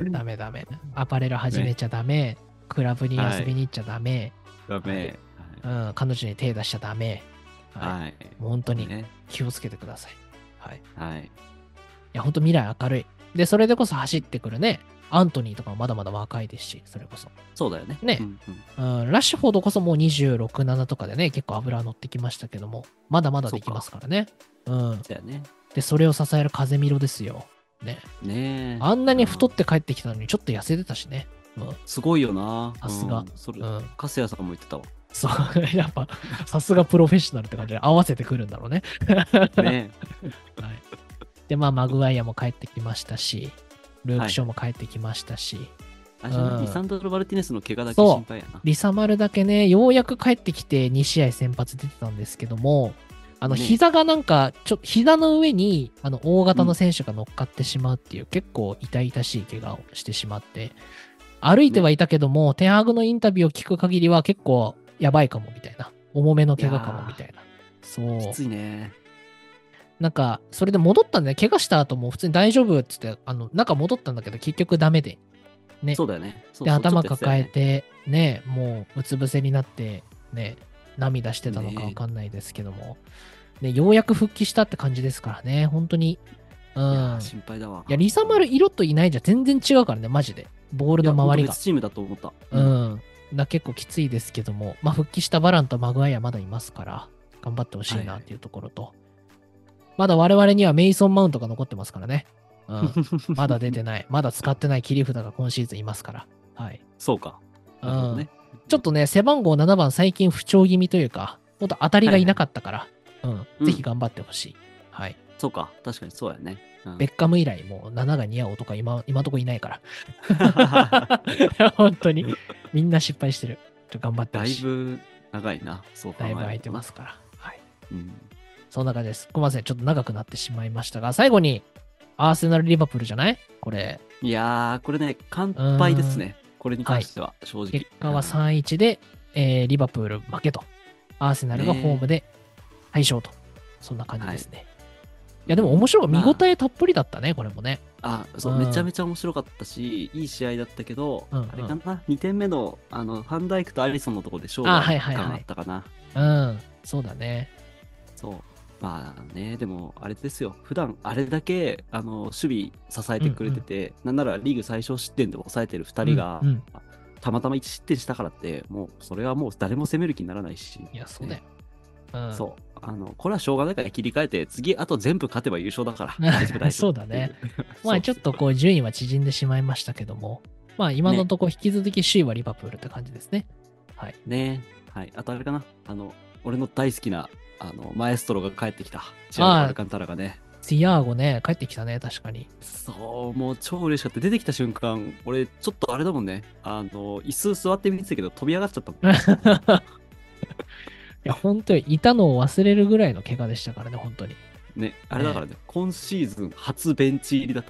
ダメダメ。アパレル始めちゃダメ。ね、クラブに遊びに行っちゃダメ。 ダメ。 はい、うん。彼女に手出しちゃダメ。はい。はい、本当に気をつけてください。はい。 はい。 いや、本当未来明るい。で、それでこそ走ってくるね。アントニーとかもまだまだ若いですし、それこそ。 そうだよね。 ね。うんうんうん、ラッシュフォードこそもうにじゅうろく、ななとかでね、結構油乗ってきましたけども、まだまだできますからね。ううん。 だよね。 で、それを支える風見ろですよ。ね。 ねあんなに太って帰ってきたのにちょっと痩せてたしね。 うん、すごいよな。 さすが。 うん、それ、うん、カスヤさんも言ってたわ。 そう、やっぱ、さすがプロフェッショナルって感じで合わせてくるんだろうね。ねはい。で、まあ、マグワイアも帰ってきましたし、ルーク・ショーも帰ってきましたし。 はい、あ、うん、リサンドロ・マルティネスの怪我だけ心配やな。 リサマルだけね、ようやく帰ってきてに試合先発出てたんですけども、あの、膝がなんか、ちょっと膝の上に、あの、大型の選手が乗っかってしまうっていう、うん、結構痛々しい怪我をしてしまって、歩いてはいたけども、ね、テンハグのインタビューを聞く限りは結構やばいかもみたいな。重めの怪我かもみたいな。そう。 きついね。 なんか、それで戻ったんだよ。怪我した後も普通に大丈夫っつって、あの、中戻ったんだけど、結局ダメで。ね。 そうだよね。そうで、頭抱えて、ね、もううつ伏せになって、ね、涙してたのかわかんないですけども、ね、ようやく復帰したって感じですからね、本当に。うん。いや、 心配だわ。 いや、リサマル色といないじゃ全然違うからね、マジで。ボールの周りが。 別チームだと思った。 うん。うん、だ結構きついですけども、まあ、復帰したバランとマグワイアまだいますから、頑張ってほしいなっていうところと、はい、まだ我々にはメイソン・マウントが残ってますからね。うん。まだ出てない。まだ使ってない切り札が今シーズンいますから。はい。 そうか。 なるほどね。ちょっとね、背番号ななばん最近不調気味というか、ほんと当たりがいなかったから、はいはい、うん。ぜひ頑張ってほしい。はい。 そうか。確かにそうやね。 うん、ベッカム以来、もうななが似合う男今、今とこいないから。本当に。みんな失敗してる。ちょっと頑張ってほしい。 だいぶ長いな。そうか。 だいぶ空いてますから。はい。 うん。 そんな感じです。すみません。ちょっと長くなってしまいましたが、最後に、アーセナル・リバプールじゃないこれ。 いやー、これね、完敗ですね。これに関しては、はい、正直。 結果は さんたいいち で、えー、リバプール負けと。アーセナルがホームで大勝と。そんな感じですね。はい、いや、でも面白い。見応えたっぷりだったね、これもね。 あ、そう、めちゃめちゃ面白かったし、いい試合だったけど、うんうん、あれかな、にてんめの、あの、ファンダイクとアリソンのところで勝負があったかな。 うん、そうだね。 そう。まあね、でもあれですよ、普段あれだけあの守備支えてくれてて、うんうん、なんならリーグ最小失点で抑えてるふたりが、うんうん、たまたまいち失点したからって、もうそれはもう誰も攻める気にならないし。 いや、そうだよ。 うん、そう。あの、これはしょうがないから切り替えて、次、あと全部勝てば優勝だから。大丈夫、大丈夫。 そうだね。まあちょっとこう順位は縮んでしまいましたけども、まあ今のところ引き続き首位はリバプールって感じですね。はい。 ねはい。あとあれかな。あの、俺の大好きな、あの、マエストロが帰ってきた。チアゴ・アルカンタラがね。 ティアーゴね、帰ってきたね、確かに。 そう、もう超嬉しかった。出てきた瞬間、俺、ちょっとあれだもんね。あの、椅子座ってみてたけど、飛び上がっちゃったもん。 いや、本当に、いたのを忘れるぐらいの怪我でしたからね、本当に。 ね、あれだからね、ね今シーズン初ベンチ入りだった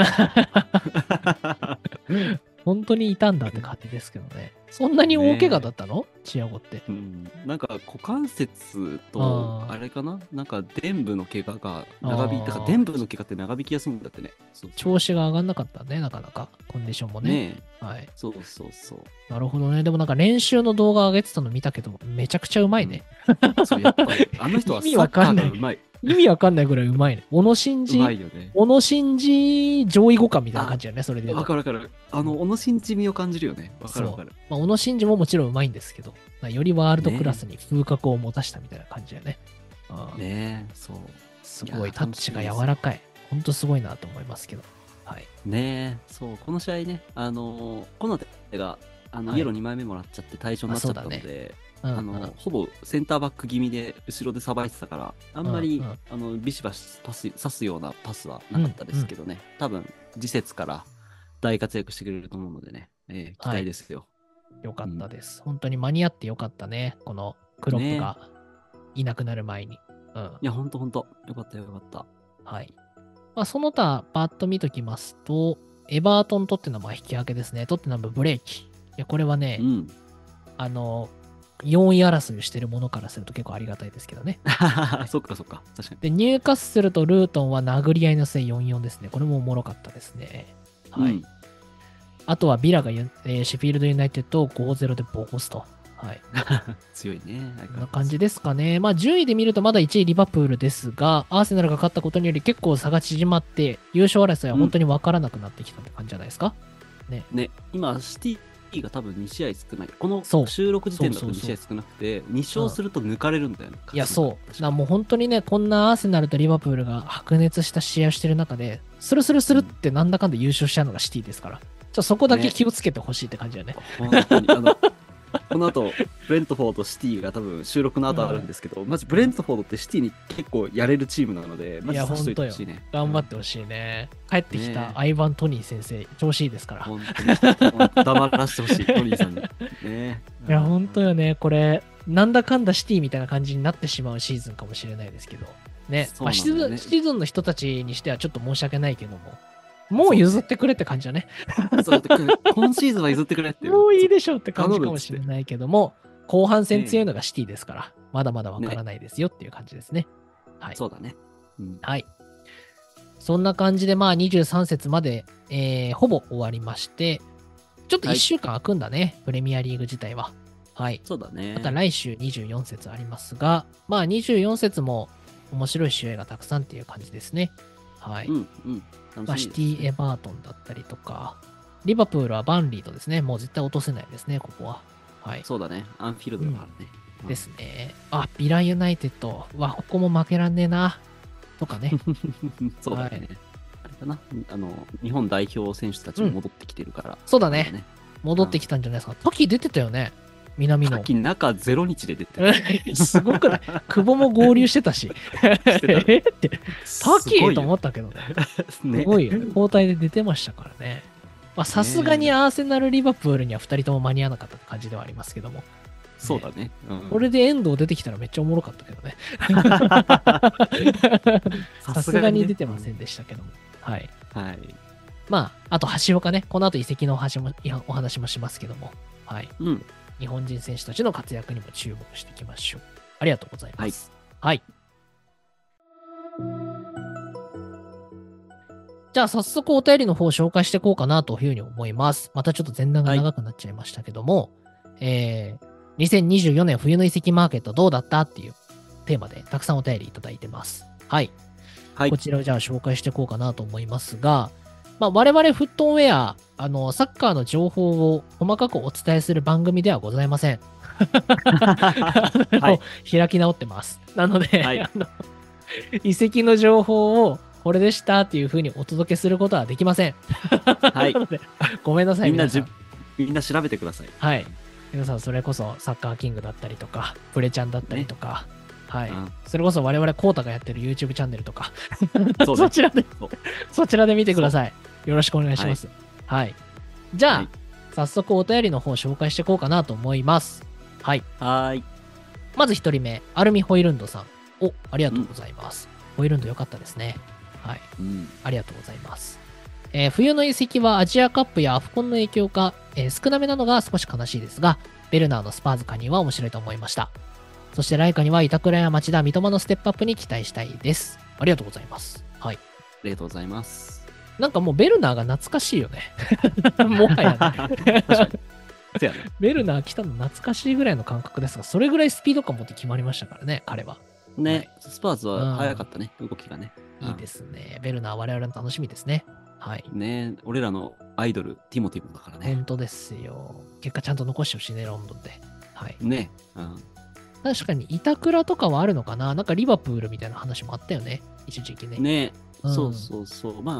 からね。 本当にいたんだって感じですけどね。そんなに大怪我だったの、ね、チアゴって、 うん。なんか股関節と、あれかななんか臀部の怪我が長引いたから、臀部の怪我って長引きやすいんだってね。 そうそう調子が上がんなかったね、なかなか。コンディションもね。 ねはい。 そうそうそう。 なるほどね。でもなんか練習の動画上げてたの見たけど、めちゃくちゃうまいね。 うん、そう、やっぱり、あの人はサッカーがうまい。 意味わかんないぐらいうまいね。小野伸二、 ね、 小野伸二上位互換みたいな感じだよね、それで。 わかるわかる。あの、小野伸二味を感じるよね。わかるわかる。 まあ、小野伸二ももちろんうまいんですけど、よりワールドクラスに風格を持たしたみたいな感じだよね。 ねえ、そう。 すごい、タッチが柔らかい。ほんとすごいなと思いますけど。はい。 ねえ、そう、この試合ね、あのー、コナテが、あの、はい、イエローにまいめもらっちゃって対象になっちゃったので、ね、 うんうんあのほぼセンターバック気味で後ろでさばいてたから、あんまり、 うんうんあのビシバシパス刺すようなパスはなかったですけどね、多分次節から大活躍してくれると思うのでね、えー期待ですよ。 よかったです。本当に間に合ってよかったね。このクロップがいなくなる前に。うん。 いや、ほんとほんと。よかったよかった。 はい。まあ、その他、パッと見ときますと、エバートン・トッテナムは引き分けですね。トッテナムブレーキ。いや、これはね、 うん。 あの、よんい争いをしてるものからすると結構ありがたいですけどね。 そっかそっか。確かに。 で、ニューカッスルとルートンは殴り合いの末よんよんですね。これもおもろかったですね。はい。 うんあとはビラがユ、えーシェフィールドユナイテッドをごたいゼロでボコすと。はい。 強いね。 こんな感じですかね。まあ、順位で見るとまだいちいリバプールですが、アーセナルが勝ったことにより結構差が縮まって、優勝争いは本当に分からなくなってきたって感じじゃないですか。ね。 ね、今、シティが多分に試合少ない。このそう収録時点だとそうそうそうに試合少なくて、に勝すると抜かれるんだよね。 いや、そう。だ確かからもう本当にね、こんなアーセナルとリバプールが白熱した試合をしてる中で、スルスルスルってなんだかんだ優勝しちゃうのがシティですから、ちょそこだけ気をつけてほしいって感じだよね。 本当にあのこの後、ブレントフォード、シティが多分収録の後あるんですけど、マジブレントフォードってシティに結構やれるチームなので、マジいや、 さしといて本当よほしいね。。 頑張ってほしいね。帰ってきねたアイバン・トニー先生、調子いいですから。 本当に。黙らせてほしい、トニーさんに。ね。 いや、本当よね。これ、なんだかんだシティみたいな感じになってしまうシーズンかもしれないですけど。ね。 そうまあ、シーズン、 なんだよねシーズンの人たちにしてはちょっと申し訳ないけども、もう譲ってくれって感じだね。 そうだって今シーズンは譲ってくれっていう。 もういいでしょうって感じかも頼むっつってしれないけども、後半戦強いのがシティですから、まだまだわからないですよっていう感じですね。はい。 そうだね。うんはい。そんな感じで、まあにじゅうさん節まで、えーほぼ終わりまして、ちょっといっしゅうかん空くんだね、プレミアリーグ自体は。はい。 そうだね。 また来週にじゅうよん節ありますが、まあにじゅうよん節も面白い試合がたくさんっていう感じですね。はい。 うんうん。楽まあ、 しみですシティ・エバートンだったりとか、リバプールはバンリーとですね、もう絶対落とせないですね、ここは。はい。 そうだね。アンフィールドだからね。うんですね。あ、ビラユナイテッドは、ここも負けらんねえな。とかね。 そうだね。 はいあれかな。あの、日本代表選手たちも戻ってきてるから。 そうだね。戻ってきたんじゃないですか。時出てたよね。南のさっ。き中ゼロ日で出てる。 すごくない久保も合流してたし。えって、タキーと思ったけどね。すね。 ごいよね。交代で出てましたからね。まあ、さすがにアーセナル、リバプールにはふたりとも間に合わなかった感じではありますけども。 そうだね。うんこれで遠藤出てきたらめっちゃおもろかったけどね。さすがに出てませんでしたけども。はい。 はい。 まあ、あと橋岡ね。この後移籍のお話もいやお話もしますけども。はい。 うん。 日本人選手たちの活躍にも注目していきましょう。ありがとうございます。はい。じゃあ早速お便りの方を紹介していこうかなというふうに思います。またちょっと前段が長くなっちゃいましたけども、えー、にせんにじゅうよねん冬の移籍マーケットどうだったっていうテーマでたくさんお便りいただいてます。はい。 はいこ。ちらをじゃあ紹介していこうかなと思いますが、まあ、我々フットオンウェア、あの、サッカーの情報を細かくお伝えする番組ではございません。 はい。 開き直ってます。なので、 はいあの移籍の情報をこれでしたっていうふうにお届けすることはできません。 はいなのでごめんなさい。 みんなじ皆さんみんな調べてください。 はい。皆さん、それこそサッカーキングだったりとか、プレちゃんだったりとか、はい、 うんそれこそ我々コータがやってる YouTube チャンネルとか、 そうそちらでそう、 そちらで見てください。よろしくお願いします。はい。じゃあ、 はい早速お便りの方を紹介していこうかなと思います。はい。 はーい。 まず一人目、アルミホイルンドさん。お、ありがとうございます。ホイルンドよかったですね。はい。 うん。 ありがとうございます。えー冬の移籍はアジアカップやアフコンの影響か、えー少なめなのが少し悲しいですが、ベルナーのスパーズ加入は面白いと思いました。そしてライカには板倉や町田、三笘のステップアップに期待したいです。ありがとうございます。はい。 ありがとうございます。 なんかもうベルナーが懐かしいよね。もはや、ね、 確かに。そうやね。 ベルナー来たの懐かしいぐらいの感覚ですが、それぐらいスピード感持って決まりましたからね、彼は。 ね、スパーズは早かったね、動きがね。 いいですね。ベルナー我々の楽しみですね。はい。 ね、俺らのアイドル、ティモティもだからね。 本当ですよ。結果ちゃんと残してほしいね、ロンドンで。はい。 ね。うん。 確かに、板倉とかはあるのかななんかリバプールみたいな話もあったよね。一時期ね。 ね、 うんそうそうそう。まあ、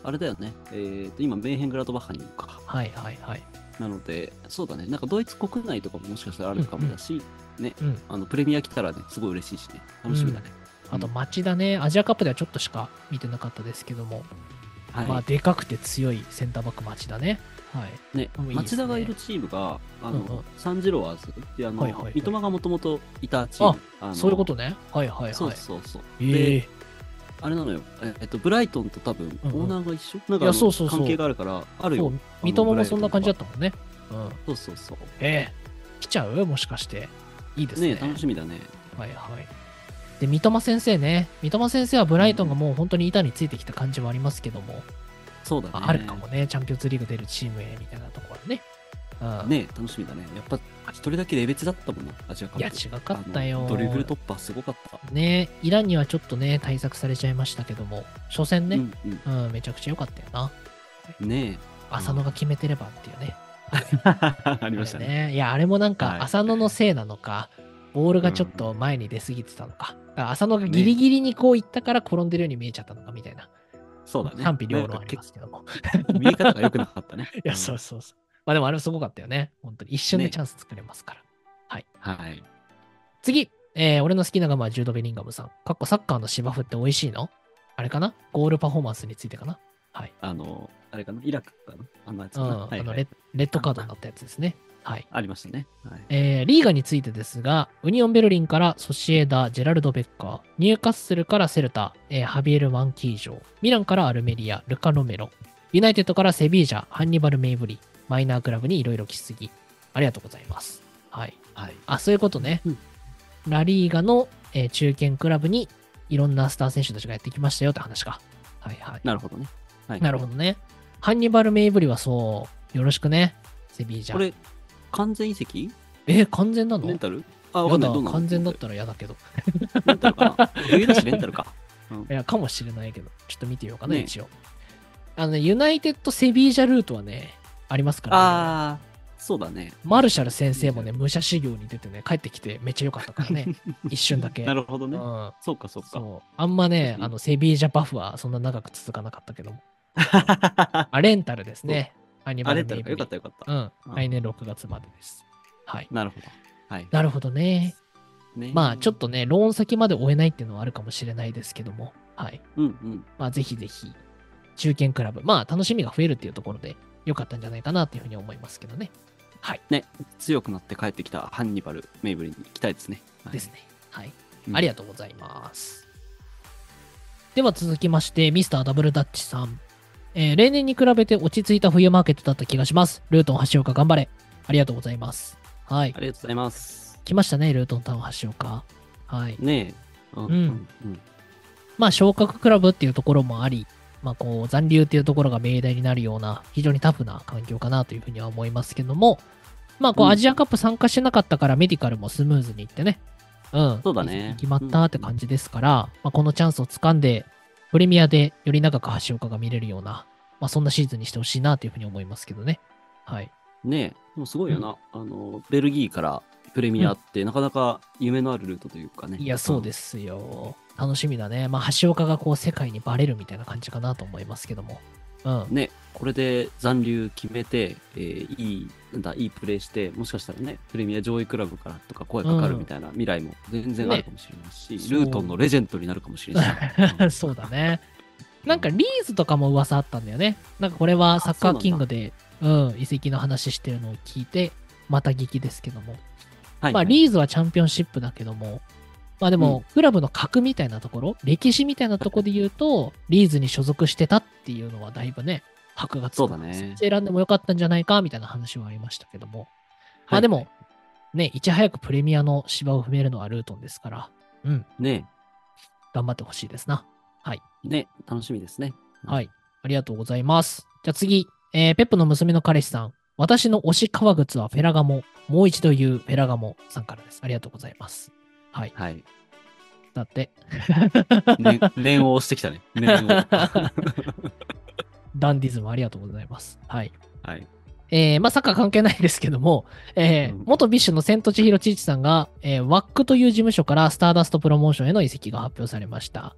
あれだよね。えーと、今、メーヘングラドバッハにいるか。 はいはいはい。 なので、そうだね。なんかドイツ国内とかももしかしたらあるかもだし、ね、 うん。 あの、プレミア来たらね、すごい嬉しいしね。楽しみだね。 あと、町田ね、アジアカップではちょっとしか見てなかったですけども、 はい。 まあ、でかくて強いセンターバック町田ね。はい。 ね、 もういいですね町田がいるチームが、あの、 うんうんサンジロワーズっていうあの、 はいはいはい三笘がもともといたチーム。あのそういうことね。はいはいはい。 そうそうそう。 えで、 えあれなのよ。ええっと、ブライトンと多分、オうんうんーナーが一緒なんかあのいやそうそうそう関係があるから、あるよそう。、三笘もそんな感じだっったもんね。うん。 そうそうそう。 ええ来ちゃうもしかして。いいですね。 ね楽しみだね。 はいはい。で、三笘先生ね。三笘先生はブライトンがもう本当に板についてきた感じはありますけども、 そうだね。 ああるかもね。チャンピオンズリーグ出るチームへみたいなところね。うん。 ね楽しみだね。やっぱ、一人だけレベチだったもんな、アジアカップ。 いや、違かったよ。 あのドリブル突破すごかった。 ねイランにはちょっとね、対策されちゃいましたけども、初戦ね、 うんうん、めちゃくちゃ良かったよな。 うん。ね浅野が決めてればっていうね。 え。ありましたね。 あれね。いや、あれもなんはいか、浅野のせいなのか、ボールがちょっと前に出過ぎてたのか、だから浅野がギリギリにこう行ったから転んでるように見えちゃったのかみたいな。 そうだね。 賛否両論ありますけども。 見え方が良くなかったね。 いや、そうそうそう。まあでもあれすごかったよね。本当に一瞬でねチャンス作れますから。はい。 はい。 次、えー俺の好きなガムはジュード・ベリンガムさん。かっこサッカーの芝生って美味しいのあれかなゴールパフォーマンスについてかなはい。 あの、あれかなイラクかなあんなやつうん、 かな、はいはいあのレッ、レッドカードになったやつですね。はい。 ありましたね。はい。 えーリーガについてですが、ウニオンベルリンからソシエダ、ジェラルド・ベッカー、ニューカッスルからセルタ、えーハビエル・マンキージョ、ミランからアルメリア、ルカ・ロメロ、ユナイテッドからセビージャ、ハンニバル・メイブリ、マイナークラブにいろいろ来すぎ。ありがとうございます。はい。 はい。 あ、そういうことね。 うんラリーガの、えー中堅クラブにいろんなスター選手たちがやってきましたよって話か。はいはい。 なるほどね。はい。 なるほどね。ハンニバル・メイブリはそう、よろしくね。セビージャ。 これ、完全移籍えー完全なのレンタルあ、わやだかんない。どうなの完全だったら嫌だけど。 レンタルかな冬だしレンタルか。 いや、かもしれないけど、ちょっと見てみようかな、 ね一応。あのね、ユナイテッド・セビージャルートはね、ありますから、ね。 ああ、そうだね。 マルシャル先生もね、武者修行に出てね、帰ってきてめっちゃ良かったからね。一瞬だけ。 なるほどね。 うん。 そうか、そうか。 そう。あんまね、 確かにあの、セビージャバフはそんな長く続かなかったけども。あ、レンタルですね。アニあれだバルメイブリよかったよかった。 うん。 うん来年ろくがつまでです。はい。 なるほど。はい。 なるほどね。 ねまあ、ちょっとね、ローン先まで追えないっていうのはあるかもしれないですけども。はい。 うんうん。 まあ、ぜひぜひ、中堅クラブ。まあ、楽しみが増えるっていうところで、良かったんじゃないかなっていうふうに思いますけどね。はい。 ね、強くなって帰ってきたハンニバル・メイブリに行きたいですね。はいですね。はい。 うんありがとうございます。では続きまして、ミスターダブルダッチさん。えー例年に比べて落ち着いた冬マーケットだった気がします。ルートン橋岡頑張れ。ありがとうございます。はいあ。りがとうございます。 来ましたね、ルートンタウン橋岡。はい。 ねえ。うんうんうん。 まあ、昇格クラブっていうところもあり、まあ、こう、残留っていうところが命題になるような、非常にタフな環境かなというふうには思いますけども、まあ、こう、 うんアジアカップ参加してなかったから、メディカルもスムーズにいってね、うん。 そうだね決まったって感じですから、まあ、このチャンスを掴んで、プレミアでより長く橋岡が見れるような、まあ、そんなシーズンにしてほしいなというふうに思いますけどね。はい。 ねえ。でもすごいよな。あの、ベルギーからプレミアって、なかなか夢のあるルートというかね。 いや、そうですよ。楽しみだね。まあ、橋岡がこう、世界にバレるみたいな感じかなと思いますけども。うん。 ね、これで残留決めて、えーいい、なんだ、いいプレーして、もしかしたらね、プレミア上位クラブからとか声かかるみたいな未来も全然あるかもしれないし、 ねルートンのレジェンドになるかもしれない。 そうだね。なんかリーズとかも噂あったんだよね。なんかこれはサッカーキングで、うん、移籍の話してるのを聞いて、また聞きですけども。 はい、 まあ、リーズはチャンピオンシップだけども、まあでうも、クラブの格みたいなところ、歴史みたいなところで言うと、リーズに所属してたっていうのはだいぶね、箔がつく。 そうだね選んでもよかったんじゃないかみたいな話はありましたけども。 はいまあでも、ね、いち早くプレミアの芝を踏めるのはルートンですから、うん、 ね頑張ってほしいですな。はい。 ね楽しみですね。 はい。ありがとうございます。じゃあ次、えーペップの娘の彼氏さん。私の推し革靴はフェラガモ。もう一度言うフェラガモさんからです。ありがとうございます。はい。 はい。 だって、 ね、念を押してきたね。念を。 ダンディズムありがとうございます。はい。 はい。 えー、まあ、サッカー関係ないですけども、えーうん元ビッシュの千と千尋ちいちさんが、えー、ワックという事務所からスターダストプロモーションへの移籍が発表されました。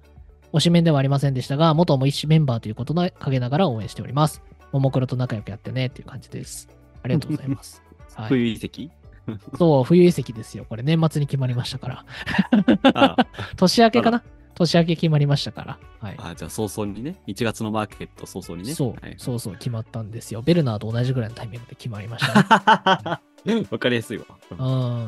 推しメンではありませんでしたが、元も一メンバーということで陰ながら応援しております。ももクロと仲良くやってねっていう感じです。ありがとうございます。はい、 冬移籍そう、冬移籍ですよ。これ年末に決まりましたから。 あ年明けかな年明け決まりましたから。はい。 あ、じゃあ早々にね、いちがつのマーケット早々にね。 そう、 はい、 そうそう、決まったんですよ。ベルナーと同じぐらいのタイミングで決まりましたね。わかりやすいわ。 うん。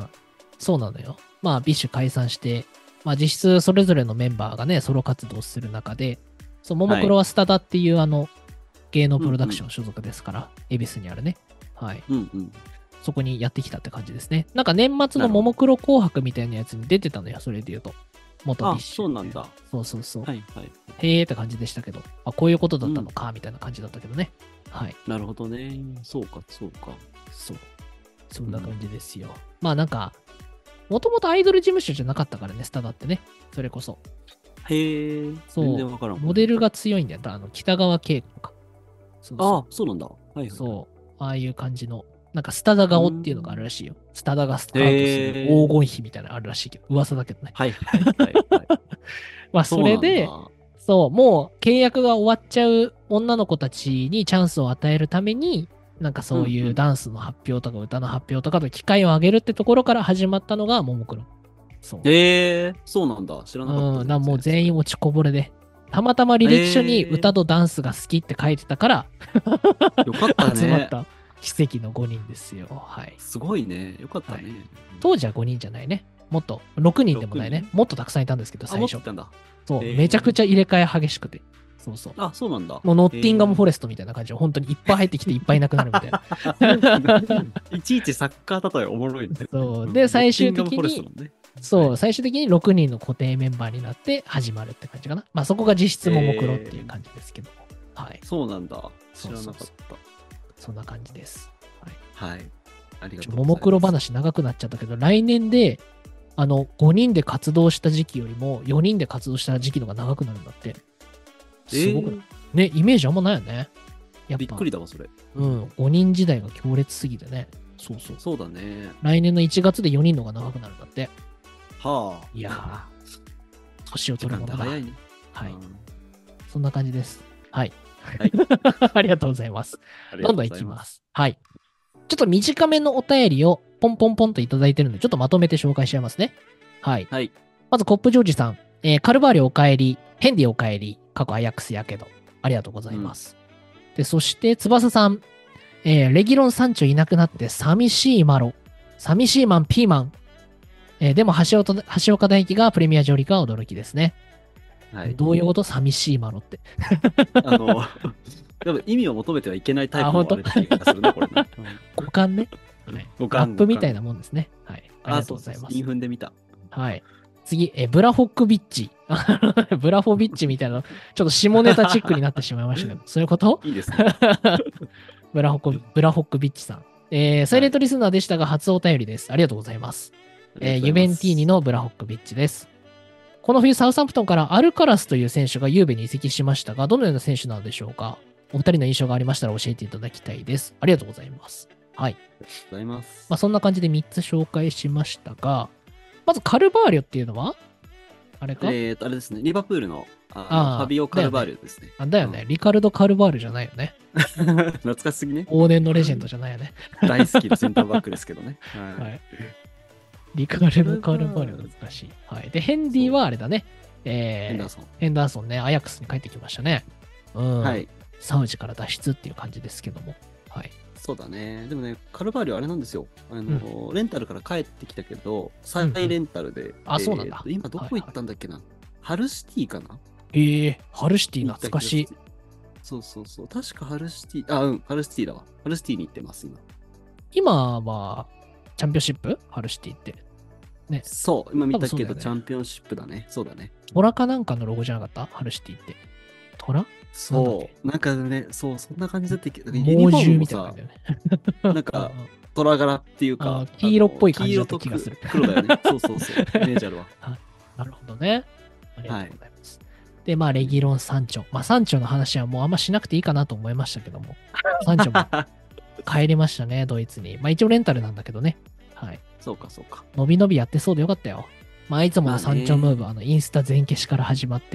そうなのよ。まあ、ビッシュ解散して、まあ実質それぞれのメンバーがね、ソロ活動する中で、そう、ももクロはスタダっていう、はい、あの、芸能プロダクション所属ですから、恵比寿にあるね。はい。 うんうん。 そこにやってきたって感じですね。なんか年末のももクロ紅白みたいなやつに出てたのよ、それで言うと。元ビッシュ。 あ、そうなんだ。 そうそうそう。 はいはい。 へーって感じでしたけど、あ、こういうことだったのか、みたいな感じだったけどね。うん、はい。 なるほどね。そうか、そうか。 そう。そんな感じですよ。うん、まあなんか、もともとアイドル事務所じゃなかったからね、スタダってね。それこそ。 へえ。 そう。 全然わからん。 モデルが強いんだよ。あの、北川景子か。 そうそうああ、そうなんだ。はい、はい。 そう。ああいう感じの。なんかスタダ顔っていうのがあるらしいよ。スタダがスカウトする黄金比みたいなのあるらしいけど、噂だけどね。 はいはいはい、はい。 まあそれで、そう、もう契約が終わっちゃう女の子たちにチャンスを与えるために、なんかそういうダンスの発表とか歌の発表とかと機会を上げるってところから始まったのがももクロ。 そう。へえー、そうなんだ。知らなかった。 うん、だもう全員落ちこぼれで。たまたま履歴書に歌とダンスが好きって書いてたから、 よかったね。 集まった奇跡のごにんですよ。はい。 すごいね。よかったね、はい。 当時はごにんじゃないね。もっと、ろくにんでもないね。もっとたくさんいたんですけど、最初。 あ、もっそう、めちゃくちゃ入れ替え激しくて。そうそう。 あ、そうなんだ。 もうノッティンガム・フォレストみたいな感じで、本当にいっぱい入ってきていっぱいいなくなるみたいな。 いちいちサッカー例えおもろいね。 そう。で、最終的に、ね、そう、はい、最終的にろくにんの固定メンバーになって始まるって感じかな。まあそこが実質ももクロっていう感じですけども。はい。 そうなんだ。知らなかった。 そうそうそうそんな感じです。 はい。はい。ありがとうございます。 ももクロ話長くなっちゃったけど、来年で、あの、ごにんで活動した時期よりも、よにんで活動した時期の方が長くなるんだって。すごくない、えー、ね、イメージあんまないよね。 やっぱびっくりだわ、それ。 うん、ごにん時代が強烈すぎてね。そうそう。 そうだね。 来年のいちがつでよにんのが長くなるんだって。 はあ。 いやー、年を取るものだ。 早いね。 はい。そんな感じです。はい。 はい、 ありがとうございます。どんどんいきます。はい。ちょっと短めのお便りをポンポンポンといただいてるので、ちょっとまとめて紹介しちゃいますね。はい。 はい、 まず、コップジョージさん。えー、カルバーリお帰り、ヘンディお帰り、過去アヤックスやけど。ありがとうございます。うん、で、そして、翼さん。えー、レギロン山頂いなくなって寂しいマロ。寂しいマン、ピーマン。えー、でも橋岡、橋岡大輝がプレミア上陸は驚きですね。はい、どういうこと寂しいマロって。 あの、でも意味を求めてはいけないタイプのあれだ気がするね、これね。 五感ね。はい、五感。ラップみたいなもんですね。はい。ありがとうございます。 インフンで見た。 はい。次、え、ブラホックビッチ。ブラフォビッチみたいな、ちょっと下ネタチックになってしまいましたけど、そういうこといいですね。 ブラホック、ブラホックビッチさん。えー、サイレントリスナーでしたが、初お便りです。ありがとうございます。えー、ユベンティーニのブラホックビッチです。この冬、サウサンプトンからアルカラスという選手がユーベに移籍しましたが、どのような選手なのでしょうか。お二人の印象がありましたら教えていただきたいです。ありがとうございます。はい。 ありがとうございます。 まあ、そんな感じでみっつ紹介しましたが、まずカルバーリョっていうのはあれかえーと、あれですね。リバプールのああファビオ・カルバーリョですね。 あ、だよね。リカルド・カルバーリョじゃないよね。 懐かしすぎね。 往年のレジェンドじゃないよね。 大好きなセンターバックですけどね。 はい。はい、リカルド・カルバーリョ懐かしい。はい。で、ヘンディはあれだね。えー、ヘンダーソン。ヘンダーソンね。アヤックスに帰ってきましたね。うん。はい。サウジから脱出っていう感じですけども。はい。 そうだね。でもね、カルバーリョあれなんですよ。あの、うん、レンタルから帰ってきたけど、再レンタルで。うんうん、 あ、そうなんだ。 今どこ行ったんだっけな。はいはい、ハルシティかな。 ええー、ハルシティ懐かしい。 そうそうそう。確かハルシティ、あ、うん、ハルシティだわ。ハルシティに行ってます、今。 今は、チャンピオンシップハルシティって。 ね。そう、今見たけど、ね、チャンピオンシップだね。そうだね。 トラかなんかのロゴじゃなかったハルシティって。トラそう。なんかね、そう、そんな感じだったけど、 ユニフォームもさ、 なんか、虎柄っていうか、 黄色っぽい感じだった気がする。 黒だよね。そうそうそう。イメージあるわ。 なるほどね。ありがとうございます。はい、で、まあ、レギロン山頂。まあ、山頂の話はもうあんましなくていいかなと思いましたけども、山頂も帰りましたね、ドイツに。まあ、一応レンタルなんだけどね。はい。 そうか、そうか。 のびのびやってそうでよかったよ。まあ、いつもの山頂ムーブ、あの、インスタ全消しから始まって、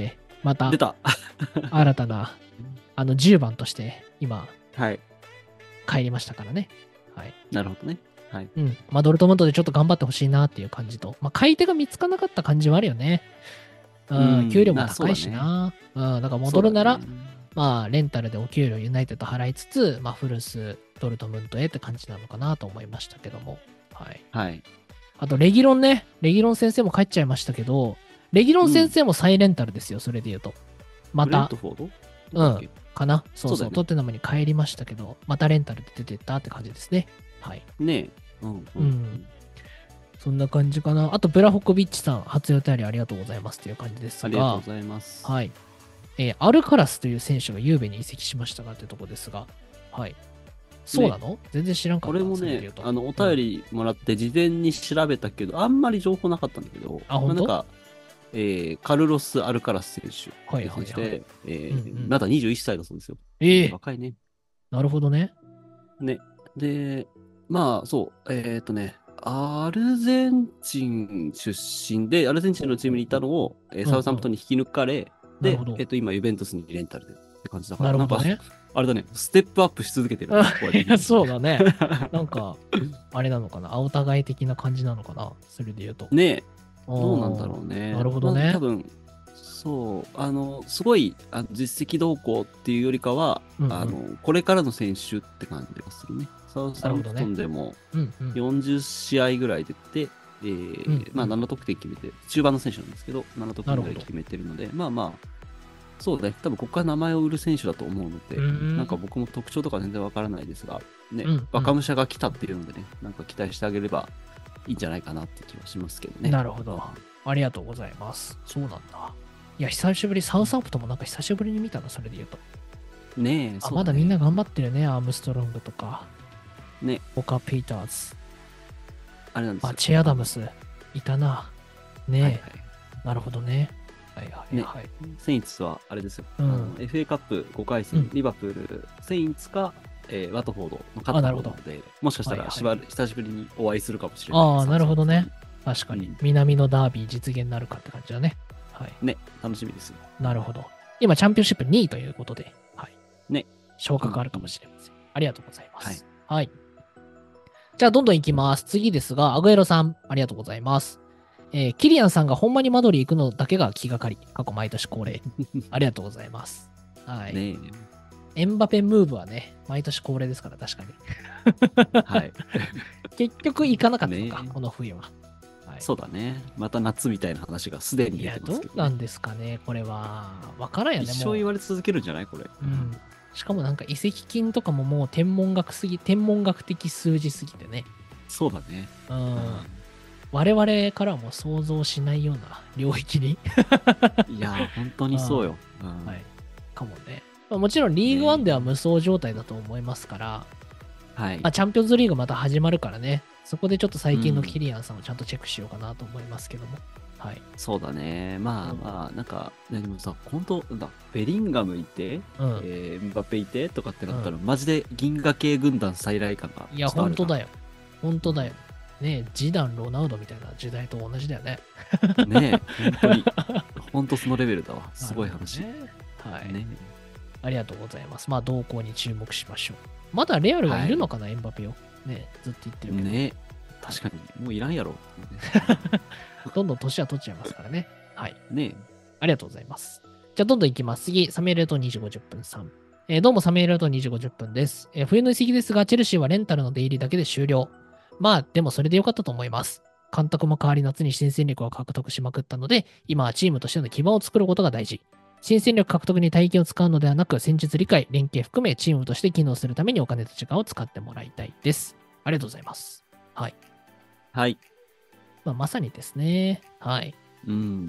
また出た。 新たな、あのじゅうばんとして今、 はい。 帰りましたからね。はい。 なるほどね。はい。 うん。まあ、ドルトムントでちょっと頑張ってほしいなっていう感じと、まあ、買い手が見つからなかった感じはあるよね。うん、 うん給料も高いしな。うね、うん、だから戻るなら、 ね、 まあ、レンタルでお給料ユナイテッド払いつつ、まあ、フルス、ドルトムントへって感じなのかなと思いましたけども。はい。 はい。あと、レギロンね。レギロン先生も帰っちゃいましたけど、レギロン先生も再レンタルですよ、うん、それで言うと。また。うん。かなそうそう、そう、ね、トッテナムに帰りましたけど、またレンタルで出てったって感じですね。はい。 ねえ。うん、うん。うん。 そんな感じかな。あと、ブラホコビッチさん、初お便りありがとうございますという感じですが。 ありがとうございます。 はい。えー、アルカラスという選手がユーベに移籍しましたがってとこですが。はい。そうなの、ね、全然知らんかった。 俺もね、あの、お便りもらって事前に調べたけど、うん、あんまり情報なかったんだけど、 あ、本当？ まあ、なんか、えー、カルロス・アルカラス選手っていう選手で、はいはいはい、えーうんうん、まだにじゅういっさいだそうですよ。 ええー、 若いね。 なるほどね。 ね。で、まあ、そう、えー、っとね、アルゼンチン出身で、アルゼンチンのチームにいたのを、えー、サウサンプトンに引き抜かれ、うんうん、で、えー、っと、今、ユベントスにレンタルでって感じだから、 なるほどね。 なんかあれだね、ステップアップし続けてる、 ね。いや、そうだね。なんか、あれなのかな、お互い的な感じなのかな、それで言うと。 ねえ、どうなんだろうね。 なるほどね。まあ、 多分、そう、あの、すごいあの実績動向っていうよりかは、うんうん、あの、これからの選手って感じがするね。サウサンプトンでもよんじゅっしあいぐらい出て、えーうんうん、まあなな得点決めて、中盤の選手なんですけど、なな得点ぐらい決めてるので、まあまあ、そうね、多分ここから名前を売る選手だと思うので、んなんか僕も特徴とか全然わからないですが、ね、うんうん、若武者が来たっていうのでね、なんか期待してあげればいいんじゃないかなって気はしますけどね。 なるほど。ありがとうございます。そうなんだ。いや、久しぶり、サウサンプトンもなんか久しぶりに見たな、それで言うと。 ねえ、 あ、まだみんな頑張ってるね、アームストロングとか。 ね。 ボカ・ピーターズ。 あれなんですよ。 あ、チェ・アダムス、いたな。ねえ、はいはい。なるほどね。はいはいはい。ね、 セインツはあれですよ。うん、エフエー カップごかい戦、うん、リバプール、セインツか、えー、ワトフォードの勝ったので、もしかしたらしば、はいはい、久しぶりにお会いするかもしれない。 ああ、なるほどね。確かに、うん。南のダービー実現になるかって感じだね。はい。 ね、楽しみですよ。 なるほど。今、チャンピオンシップにいということで、はい。 ね。 昇格あるかもしれません。うん、ありがとうございます。はい。はい。じゃあ、どんどんいきます。次ですが、アグエロさん、ありがとうございます。えー、キリアンさんがほんまにマドリー行くのだけが気がかり。過去毎年恒例。ありがとうございます。はい。ね、エンバペムーブはね、毎年恒例ですから、確かに。はい。結局行かなかったのか、この冬は。 はい、そうだね。また夏みたいな話がすでに出てますけど、ね。 いや、どうなんですかね、これは。わからんよね。 一生言われ続けるんじゃないこれ。 うん。しかもなんか移籍金とかももう天文学すぎ、天文学的数字すぎてね。 そうだね。 うん。うん、我々からも想像しないような領域にいや、本当にそうよ。 うん、はい。かもね。まあ、もちろんリーグワンでは無双状態だと思いますから、はい。まあ、チャンピオンズリーグまた始まるからね、そこでちょっと最近のキリアンさんをちゃんとチェックしようかなと思いますけども。うん、はい。 そうだね。まあまあ、なんか、でもさ、本当なんだ、ベリンガムいて、うん、えー、ムバペいてとかってなったら、うん、マジで銀河系軍団再来感が。 いや、本当だよ。本当だよ。ねえ、ジダン、ロナウドみたいな時代と同じだよね。 ねえ、本当に。本当そのレベルだわ。すごい話。 ね、はい、ね。ありがとうございます。まあ、動向に注目しましょう。まだレアルがいるのかな、はい、エンバペを。ねずっと言ってるけど。 ね確かに。もういらんやろ。 どんどん年は取っちゃいますからね。はい。 ねありがとうございます。じゃあ、どんどんいきます。次、サメールとにじごじゅっぷんさん。えー、どうもサメールとにじごじゅっぷんです、えー。冬の移籍ですが、チェルシーはレンタルの出入りだけで終了。まあ、でもそれでよかったと思います。監督も代わり夏に新戦力を獲得しまくったので、今はチームとしての基盤を作ることが大事。新戦力獲得に大金を使うのではなく、戦術理解、連携含めチームとして機能するためにお金と時間を使ってもらいたいです。ありがとうございます。はい。 はい。 まあ、まさにですね。はい。 うん、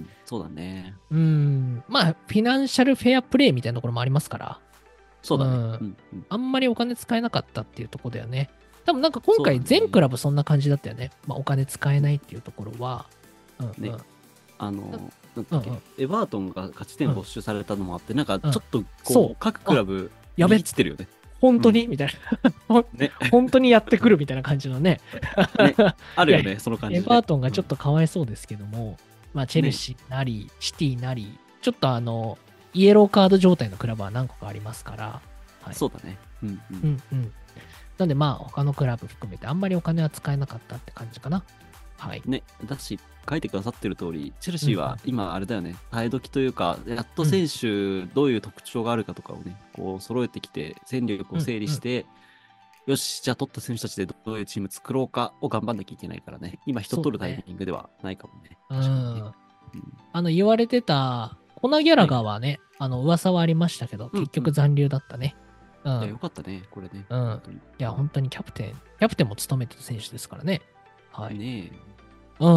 そうだね。 うん、まあ、フィナンシャルフェアプレイみたいなところもありますから。 そうだね。うんうん、あんまりお金使えなかったっていうところだよね。多分なんか今回全クラブそんな感じだったよね。まあお金使えないっていうところは。うんうん、ね。 あの、なんだっけ、うんうん、エバートンが勝ち点没収されたのもあって、うん、なんかちょっとこう、うん、各クラブ、やべっつってるよね。 本当に、うん、みたいな、ね。本当にやってくるみたいな感じのね。 ねあるよね、その感じで。 エバートンがちょっとかわいそうですけども、うん、まあチェルシーなり、ね、シティなり、ちょっとあの、 イエローカード状態のクラブは何個かありますから。はい、 そうだね。うんうん。 うんうん。なんでまあ他のクラブ含めてあんまりお金は使えなかったって感じかな。はい。 ね、だし、書いてくださってる通り、チェルシーは今あれだよね、耐え時というか、やっと選手どういう特徴があるかとかをね、こう揃えてきて、戦力を整理して、うんうん、よし、じゃあ取った選手たちでどういうチーム作ろうかを頑張んなきゃいけないからね、今人取るタイミングではないかもね。 うねうん。あの言われてた、コナ・ギャラガーはね、はい、あの噂はありましたけど、結局残留だったね。うん、うん。 いや、よかったね、これね。 うん。いや、本当にキャプテン、キャプテンも務めてた選手ですからね。はい。 ねえ。 うん、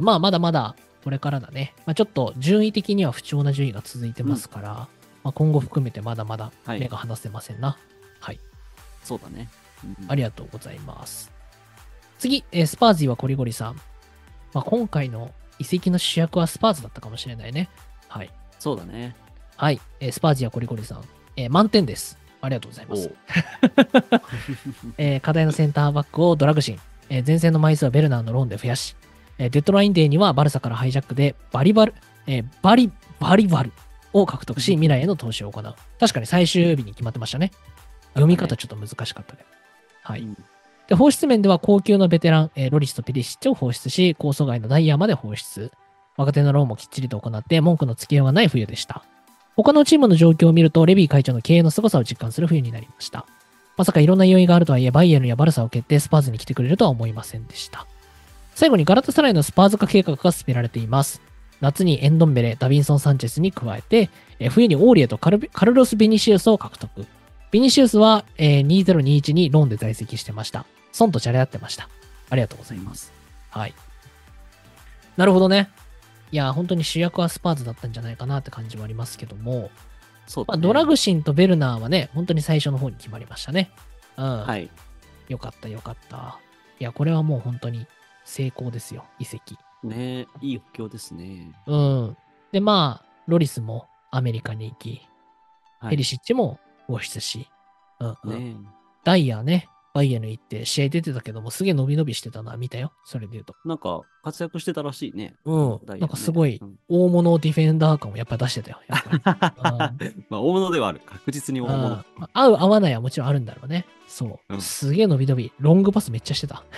まあ、まだまだこれからだね。まあ、ちょっと順位的には不調な順位が続いてますから、うん、まあ、今後含めてまだまだ目が離せませんな。はい。はい、 そうだね、 うん。ありがとうございます。次、えー、スパーズィはコリゴリさん。まあ、今回の移籍の主役はスパーズだったかもしれないね。はい。 そうだね。 はい。えー、スパーズィはコリゴリさん。えー、満点です。ありがとうございます。えー、課題のセンターバックをドラグシン。えー、前線の枚数はベルナーのローンで増やし、デッドラインデーにはバルサからハイジャックでバリバル、えー、バリバリバルを獲得し、未来への投資を行う。確かに最終日に決まってましたね。読み方ちょっと難しかったけど。はい。で、放出面では高級のベテラン、えー、ロリスとペリシッチを放出し、構想外のダイヤまで放出。若手のローンもきっちりと行って、文句のつけようがない冬でした。他のチームの状況を見ると、レビー会長の経営の凄さを実感する冬になりました。まさかいろんな要因があるとはいえ、バイエルンやバルサを蹴ってスパーズに来てくれるとは思いませんでした。最後にガラタサライのスパーズ化計画が進められています。夏にエンドンベレ、ダビンソン・サンチェスに加えて、え冬にオーリエとカルカルロス・ベニシウスを獲得。ベニシウスは、えー、にせんにじゅういちにローンで在籍してました。ソンとじゃれ合ってました。ありがとうございます。はい。なるほどね。いや、本当に主役はスパーズだったんじゃないかなって感じはありますけども、 そうだね。 まあ、ドラグシンとベルナーはね、本当に最初の方に決まりましたね。うん。 はい。 よかったよかった。いや、これはもう本当に成功ですよ、移籍。 ねえ、いい補強ですね。 うん。で、まあ、ロリスもアメリカに行き、はい、ペリシッチも放出し、うんうん、ね、ダイヤね、バイエルン行って試合出てたけども、すげえ伸び伸びしてたのは見たよ、それで言うと。 なんか、活躍してたらしいね。 うん。ね、なんかすごい、大物ディフェンダー感をやっぱ出してたよ、やっぱり。うん、 まあ、大物ではある。確実に大物。 まあ、合う合わないはもちろんあるんだろうね。そう。うん、すげえ伸び伸び。ロングパスめっちゃしてた。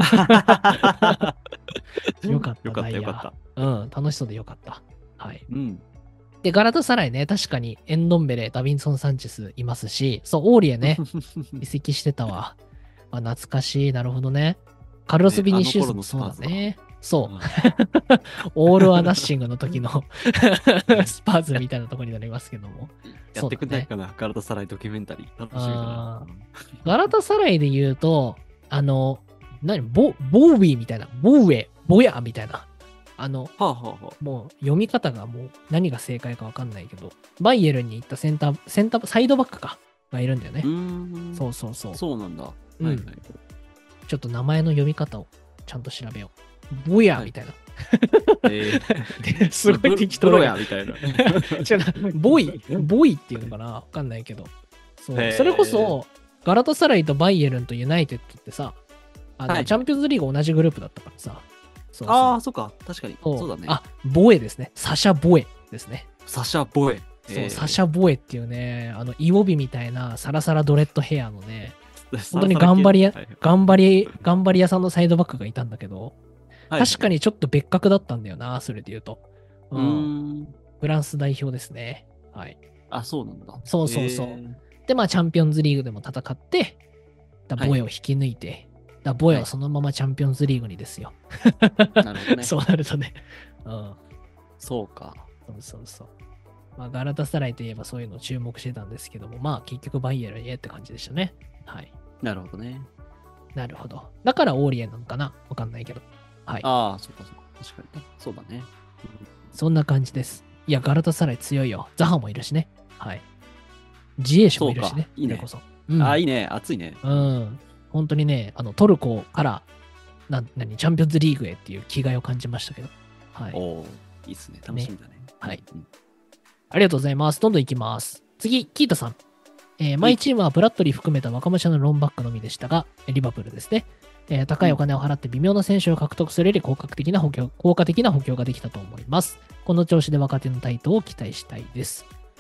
よかった。 よかった、よかった。 うん、楽しそうでよかった。はい。 うん。 で、ガラタサライね、確かにエンドンベレ、ダビンソン・サンチェスいますし、そう、オーリエね、移籍してたわ。まあ、懐かしい。なるほどね。カルロス・ビニシウスもそうだね。そう。うん、オール・ア・ナッシングの時のスパーズみたいなところになりますけども。 やってくんないかな、ね、ガラタサライドキュメンタリー。楽しみだな。 ガラタサライで言うと、あの、何ボ、ボーウィーみたいな。ボーウェイ、ボヤみたいな。あの、はあはあはあ、 もう読み方がもう何が正解かわかんないけど、バイエルンに行ったセンター、センター、サイドバックか。がいるんだよね。 うーんそうそうそう。 そうなんだ。 うん、はいはい。ちょっと名前の読み方をちゃんと調べよう。ボヤみたいな。はい、えー、すごい適当やみたいな。 違うボイ、ボイっていうのかなわかんないけど。そう。それこそ、ガラタサライとバイエルンとユナイテッドってさ、あの、はい、チャンピオンズリーグ同じグループだったからさ。 そうそうああ、そっか。確かに。そうだね。 あ、ボエですね。サシャ・ボエですね。 サシャ・ボエ。 そう、えー、サシャ・ボエっていうね、あの、イオビみたいなサラサラドレッドヘアのね、本当に頑張りや、頑張り、頑張り屋さんのサイドバックがいたんだけど、はい、確かにちょっと別格だったんだよな、それで言うと。うん。うんフランス代表ですね。はい。 あ、そうなんだ。 そうそうそう。えー、で、まあ、チャンピオンズリーグでも戦って、だボエを引き抜いて、はい、だボエはそのままチャンピオンズリーグにですよ。 なるほどね。 そうなるとね。うん。 そうか。 そうそうそう。まあ、ガラタサライといえばそういうのを注目してたんですけども、まあ結局バイエルンへって感じでしたね。はい。 なるほどね。 なるほど。だからオーリエなのかなわかんないけど。はい。 ああ、そうかそうか。確かにね。そうだね。 そんな感じです。いや、ガラタサライ強いよ。ザハもいるしね。はい。ジエシュもいるしね。 いいね。 こそうん、ああ、いいね。熱いね。 うん。本当にね、あのトルコからな何チャンピオンズリーグへっていう気概を感じましたけど。はい。 おお、いいっすね。楽しみだね。ねはい、うん。ありがとうございます。どんどんいきます。次、キータさん。えー、マイチームはブラッドリー含めた若者のロンバックのみでしたが、リバプールですね。えー、高いお金を払って微妙な選手を獲得するより効果的な補強、効果的な補強ができたと思います。この調子で若手の台頭を期待したいです。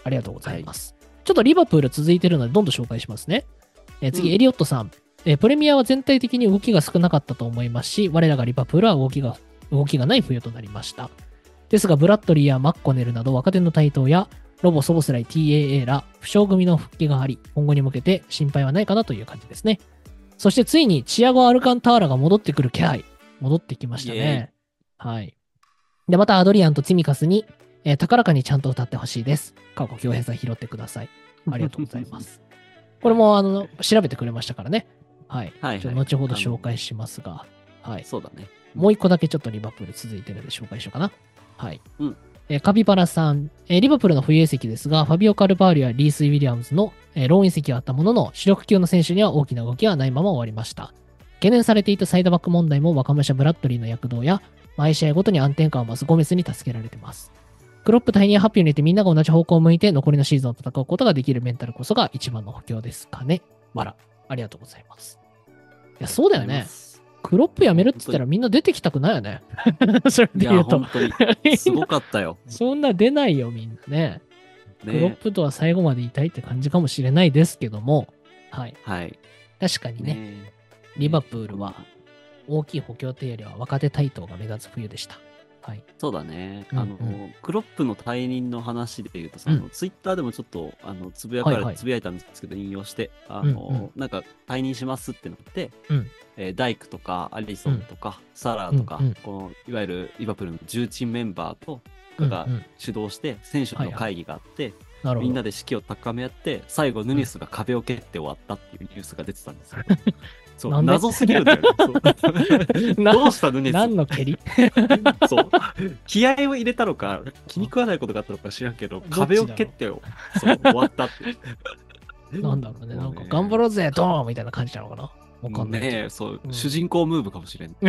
ありがとうございます。はい、ちょっとリバプール続いてるので、どんどん紹介しますね。えー、次、うん、エリオットさん、えー。プレミアは全体的に動きが少なかったと思いますし、我らがリバプールは動きが、動きがない冬となりました。ですが、ブラッドリーやマッコネルなど若手の台頭や、ロボ・ソボスライ ティーエーエー ら負傷組の復帰があり、今後に向けて心配はないかなという感じですね。そしてついにチアゴ・アルカンターラが戻ってくる気配。戻ってきましたね。はい。で、またアドリアンとツィミカスに、えー、高らかにちゃんと歌ってほしいです。過去、京平さん拾ってください。ありがとうございます。これも、あの、調べてくれましたからね。はい。はい、はい、ちょっと後ほど紹介しますが。はい。 そうだね。 もう一個だけちょっとリバプール続いてるので紹介しようかな。はい。 うん。 えー、カピバラさん、えー、リバプールの冬移籍ですが、ファビオ・カルバーリュやリース・ウィリアムズの、えー、ローン移籍があったものの、主力級の選手には大きな動きはないまま終わりました。懸念されていたサイドバック問題も若武者ブラッドリーの躍動や、毎試合ごとに安定感を増すゴメスに助けられています。クロップ退任発表によってみんなが同じ方向を向いて残りのシーズンを戦うことができるメンタルこそが一番の補強ですかね。わら、ありがとうございます。いや、そうだよね。クロップやめるって言ったらみんな出てきたくないよね。それで言うと。 いや、本当に。すごかったよ。 そんな出ないよ、みんなね。ね、クロップとは最後までいたいって感じかもしれないですけども、はい。 はい、 確かにね、ねリバプールは大きい補強というよりは若手台頭が目立つ冬でした。はい、 そうだね、うんうん、あのクロップの退任の話で言うとさ、うん、ツイッターでもちょっとあのつぶやかれ、はいはい、つぶやいたんですけど引用してあの、うんうん、なんか退任しますってなって、うんえー、ダイクとかアリソンとか、うん、サラーとか、うんうん、このいわゆるリバプールの重鎮メンバーとが主導して選手の会議があって、はいはい、みんなで士気を高め合って最後ヌニスが壁を蹴って終わったっていうニュースが出てたんですよ。そう謎すぎるんだよね。どうしたヌニス何の蹴りそう気合を入れたのか気に食わないことがあったのか知らんけど壁を蹴ってよそう終わったってなんだろうね、なんか頑張ろうぜドーンみたいな感じなのかなわかんないねえそう、うん、主人公ムーブかもしれん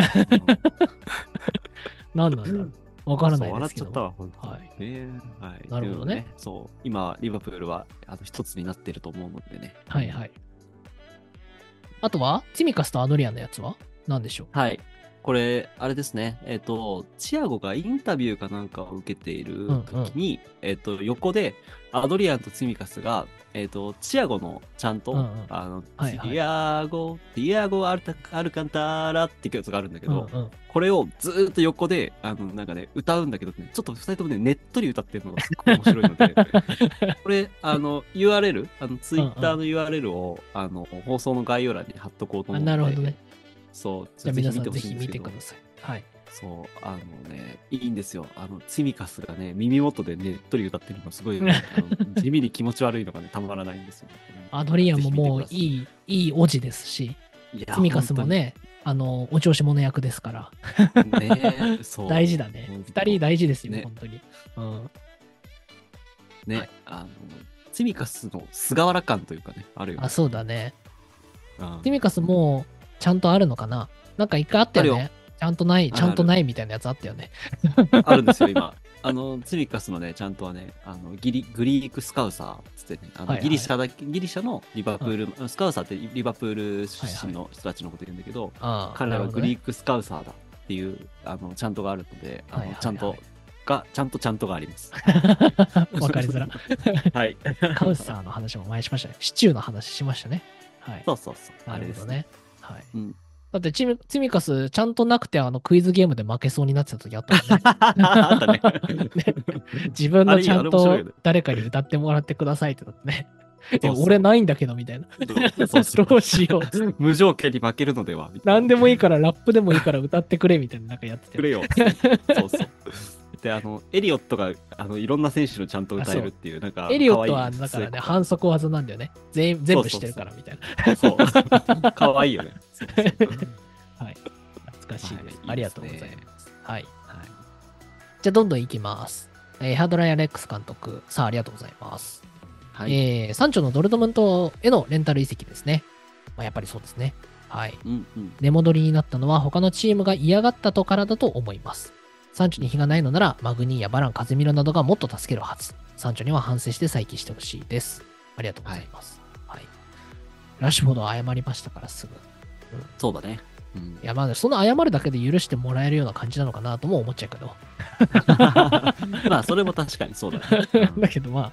何なんだろうわからないですけど。 笑っちゃったわ、本当に。はい。ね、はい。 なるほどね。ねそう。今、リバプールはあの一つになってると思うのでね。 はいはい。あとは、ツィミカスとアドリアンのやつは何でしょう？ はい。これ、あれですね。えっ、ー、と、チアゴがインタビューかなんかを受けている時に、うんうん、えっ、ー、と、横で、アドリアンとツィミカスが、えっ、ー、と、チアゴのちゃんと、うんうん、あの、はいはい、チアゴ、チアゴアルタ、アルカンターラっていうやつがあるんだけど、うんうん、これをずーっと横で、あの、なんかね、歌うんだけど、ね、ちょっと二人ともね、ねっとり歌ってるのがすごい面白いので、これ、あの、ユーアールエル、あの、ツイッターの ユーアールエル を、うんうん、あの、放送の概要欄に貼っとこうと思うので、 なるほどね。 そう、 じゃあ皆さんぜひ見てください。はい。 そう、あのね、いいんですよ。あの、ツィミカスがね、耳元でねっとり歌ってるのがすごい、ね、あの地味に気持ち悪いのがね、たまらないんですよ、ね。 アドリアンももういい、いいおじですし、ツィミカスもね、あの、お調子者役ですから。ねそう大事だね。二人大事ですよ、ね、本当に。うん。 ね、はい、あの、ツィミカスの菅原感というかね、あるよ、ね。 あ、そうだね。ツィミカスもちゃんとあるのかな？なんか一回あったよね。ちゃんとない、ちゃんとないみたいなやつあったよね。 あるんですよ、今。あの、ツィミカスのね、ちゃんとはね、あのギリグリークスカウサーっつってね、あの、はいはい、ギリシャだけ、ギリシャのリバプール、はい、スカウサーってリバプール出身の人たちのこと言うんだけど、はいはい、彼らはグリークスカウサーだっていう、あの、ちゃんとがあるので、あの、はいはいはい、ちゃんと、が、ちゃんとちゃんとがあります。 わかりづら。 はい。 カウサーの話も前しましたね。シチューの話しましたね。はい。 そうそうそう。 なるほどね。はい。うん、だってチミ、ツィミカスちゃんとなくてあのクイズゲームで負けそうになってた時あったもんね。 あったね。 ね自分のちゃんと誰かに歌ってもらってくださいってなってね。いや俺ないんだけどみたいな。そうそうどうしよう。 無条件に負けるのではみたいな。何でもいいからラップでもいいから歌ってくれみたいななんかやってて。 くれよ。そうそう。で、あの、エリオットが、あの、いろんな選手のちゃんと歌えるっていう、なんか、 エリオットは、だからね、反則技なんだよね。全全部してるから、みたいな。そう。かわいいよね。そうそうはい。懐かしいです。ありがとうございます。はい。じゃあ、どんどんいきます。えー、ハードライアレックス監督、さあ、ありがとうございます。はい。えー、サンチョのドルトムントへのレンタル移籍ですね。まあ、やっぱりそうですね。はい。うんうん、出戻りになったのは、他のチームが嫌がったとからだと思います。サンチョに非がないのなら、マグニーやバラン、カゼミロなどがもっと助けるはず。サンチョには反省して再起してほしいです。ありがとうございます。はい。はい、ラッシュフォードは謝りましたからすぐ。 うん、そうだね。 うん、いや、まあ、その謝るだけで許してもらえるような感じなのかなとも思っちゃうけど。 まあ、それも確かにそうだね。 だけどまあ、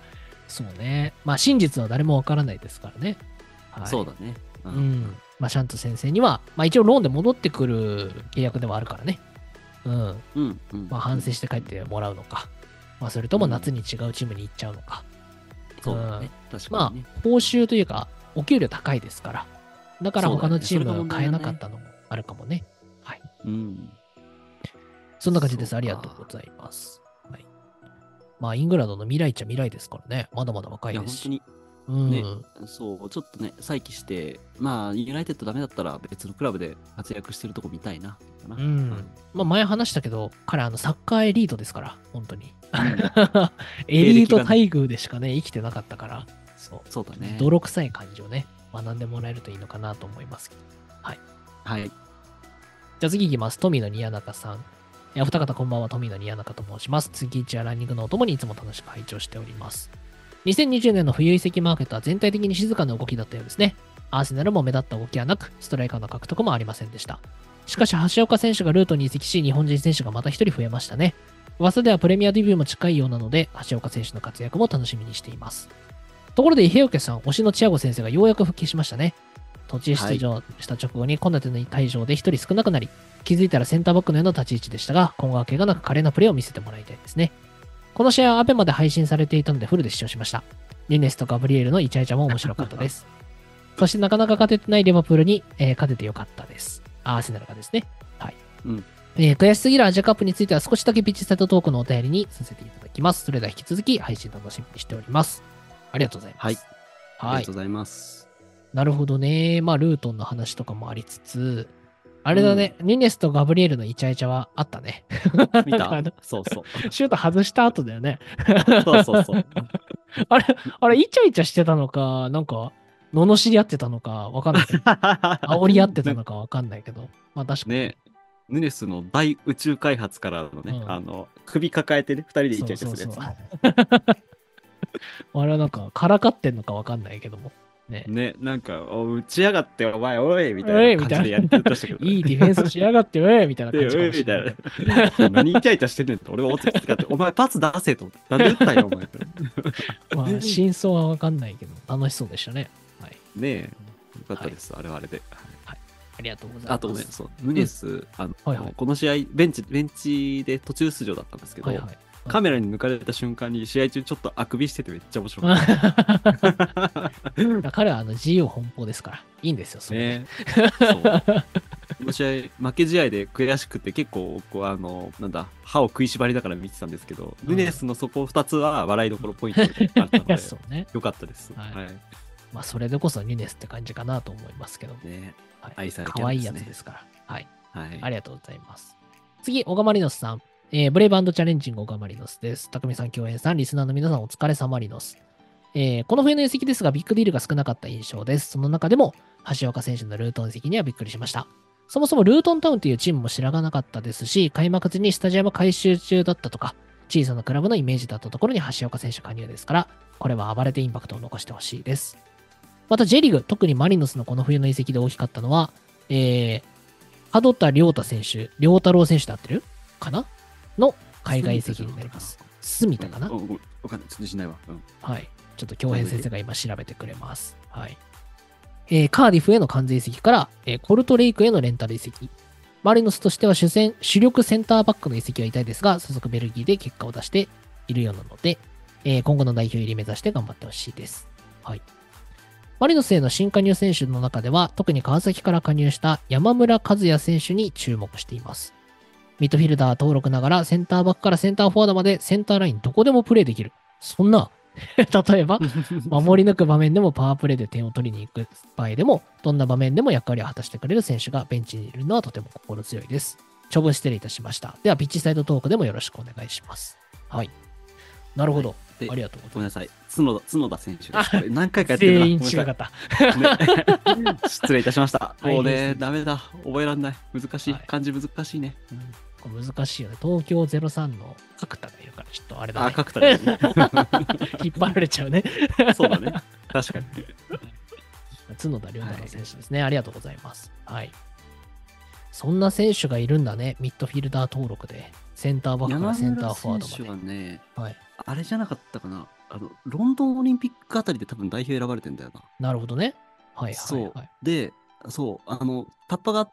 そうね。まあ真実は誰もわからないですからね。はい、 そうだね。 うん。うん、まあシャント先生には、まあ一応ローンで戻ってくる契約ではあるからね。うん。うん、うん。まあ反省して帰ってもらうのか。まあそれとも夏に違うチームに行っちゃうのか。 うん、そうだね。確かに、ね。 まあ報酬というか、お給料高いですから。だから他のチームが買えなかったのもあるかもね。はい。うん。そんな感じです。ありがとうございます。はい。まあ、イングランドの未来っちゃ未来ですからね。まだまだ若いですし。いや、 本当に。ね、うん、そう、ちょっとね、再起して、まあ、ユナイテッドダメだったら別のクラブで活躍してるとこ見たいな。 うん。うん、まあ、前話したけど、彼、あの、サッカーエリートですから、本当に。うん、エリート待遇でしかね、生きてなかったから、そう。 そうだね。 泥臭い感じをね、学んでもらえるといいのかなと思いますけど。はい。 はい。 じゃあ次いきます。富野宮中さん。お二方こんばんは、富野宮中と申します。月一やランニングのお供にいつも楽しく拝聴しております。にせんにじゅうねんの冬移籍マーケットは全体的に静かな動きだったようですね。アーセナルも目立った動きはなく、ストライカーの獲得もありませんでした。しかし、橋岡選手がルートに移籍し、日本人選手がまた一人増えましたね。噂ではプレミアデビューも近いようなので、橋岡選手の活躍も楽しみにしています。ところで、伊平岡さん、推しのチアゴ先生がようやく復帰しましたね。途中出場した直後に、コナテの会場で一人少なくなり、気づいたらセンターバックのような立ち位置でしたが、今後は怪我なく華麗なプレーを見せてもらいたいですね。この試合はアベマで配信されていたのでフルで視聴しました。ニュネスとガブリエルのイチャイチャも面白かったです。そしてなかなか勝ててないリバプールに、えー、勝ててよかったです。アーセナルがですね。はい。 うんえー、悔しすぎるアジアカップについては少しだけピッチサイトトークのお便りにさせていただきます。それでは引き続き配信楽しみにしております。ありがとうございます。 はい。はい、ありがとうございます。 なるほどね。まあ、ルートンの話とかもありつつ、あれだね、うん、ニネスとガブリエルのイチャイチャはあったね。 見たそうそう。 シュート外した後だよね。 そうそうそう。 あれ、あれ、イチャイチャしてたのか、なんか、罵り合ってたのかわかんないけど、煽り合ってたのかわかんないけど、まあ確かに。 ね、ヌネスの大宇宙開発からのね、うん、あの、首抱えてね、二人でイチャイチャするやつ。そうそうそうあれはなんか、からかってんのかわかんないけども。ね、 ね、なんか、打ちやがってお前、おいみたいな感じでやってましたけど、 ね、いいディフェンスしやがって、おいみたいな感じかもしれない。 何イチャイチャしてんねんと、俺は落ち着かって、お前パス出せと。なんで打ったんよ、お前。 まあ、真相はわかんないけど、楽しそうでしたね。はい、 ねえ、よかったです、はい、あれはあれで。 はい、ありがとうございます。 あとね、そう、ヌネス、うん、あの、 はいはい、 この試合、ベンチ、ベンチで途中出場だったんですけど、はいはい、カメラに抜かれた瞬間に試合中ちょっとあくびしててめっちゃ面白かった。 彼はあの自由奔放ですから。いいんですよ、それ。ね、 そうこの試合、負け試合で悔しくて結構こうあのなんだ歯を食いしばりながら見てたんですけど、ヌネスのそこふたつは笑いどころポイントであったのでそうね、よかったです。はい。はい、 まあそれでこそヌネスって感じかなと思いますけど。 ね、 はい、 愛され可愛いやつですから。はい。 はい。 ありがとうございます。次、小川マリノスさん。えー、ブレイブ&チャレンジング小川マリノスです。たくみさん、共演さん、リスナーの皆さんお疲れ様マリノス。えー、この冬の移籍ですが、ビッグディールが少なかった印象です。その中でも、橋岡選手のルートン移籍にはびっくりしました。そもそもルートンタウンというチームも知らなかったですし、開幕時にスタジアム改修中だったとか、小さなクラブのイメージだったところに橋岡選手加入ですから、これは暴れてインパクトを残してほしいです。また J リーグ、特にマリノスのこの冬の移籍で大きかったのは、えー、門田亮太選手、亮太郎選手で合ってるかなの海外移籍になります。住田かな、 うん、わかんない。ちょっとしないわ。うん、 はい。ちょっと京平先生が今調べてくれます。はい。えー、カーディフへの完全移籍から、えー、コルトレイクへのレンタル移籍。マリノスとしては主戦主力センターバックの移籍は痛いですが、所属ベルギーで結果を出しているようなので、えー、今後の代表入り目指して頑張ってほしいです。はい。マリノスへの新加入選手の中では、特に川崎から加入した山村和也選手に注目しています。ミッドフィルダー登録ながらセンターバックからセンターフォワードまでセンターラインどこでもプレーできる。そんな例えば、守り抜く場面でもパワープレーで点を取りに行く場合でも、どんな場面でも役割を果たしてくれる選手がベンチにいるのはとても心強いです。長文失礼いたしました。では、ピッチサイドトークでもよろしくお願いします。はい。なるほど。はい、ありがとうございます。 ごめんなさい。角田、角田選手です。何回かやってるな。 全員違かった。 ね、失礼いたしました。もうね、ダメだ。覚えられない。難しい。はい、漢字難しいね。うん難しいよね。東京ゼロさんの角田がいるから、ちょっとあれだね。 あ、角田ね。 引っ張られちゃうね。 そうだね。確かに。 角田亮太郎選手ですね、はい。ありがとうございます。はい。そんな選手がいるんだね。ミッドフィルダー登録で。センターバックからセンターフォワードまで。 山村選手はね、 はい、 あれじゃなかったかな。 あの、ロンドンオリンピックあたりで多分代表選ばれてんだよな。 なるほどね。はいはいそう。 はい。 で、そう、あの、タッパがあって、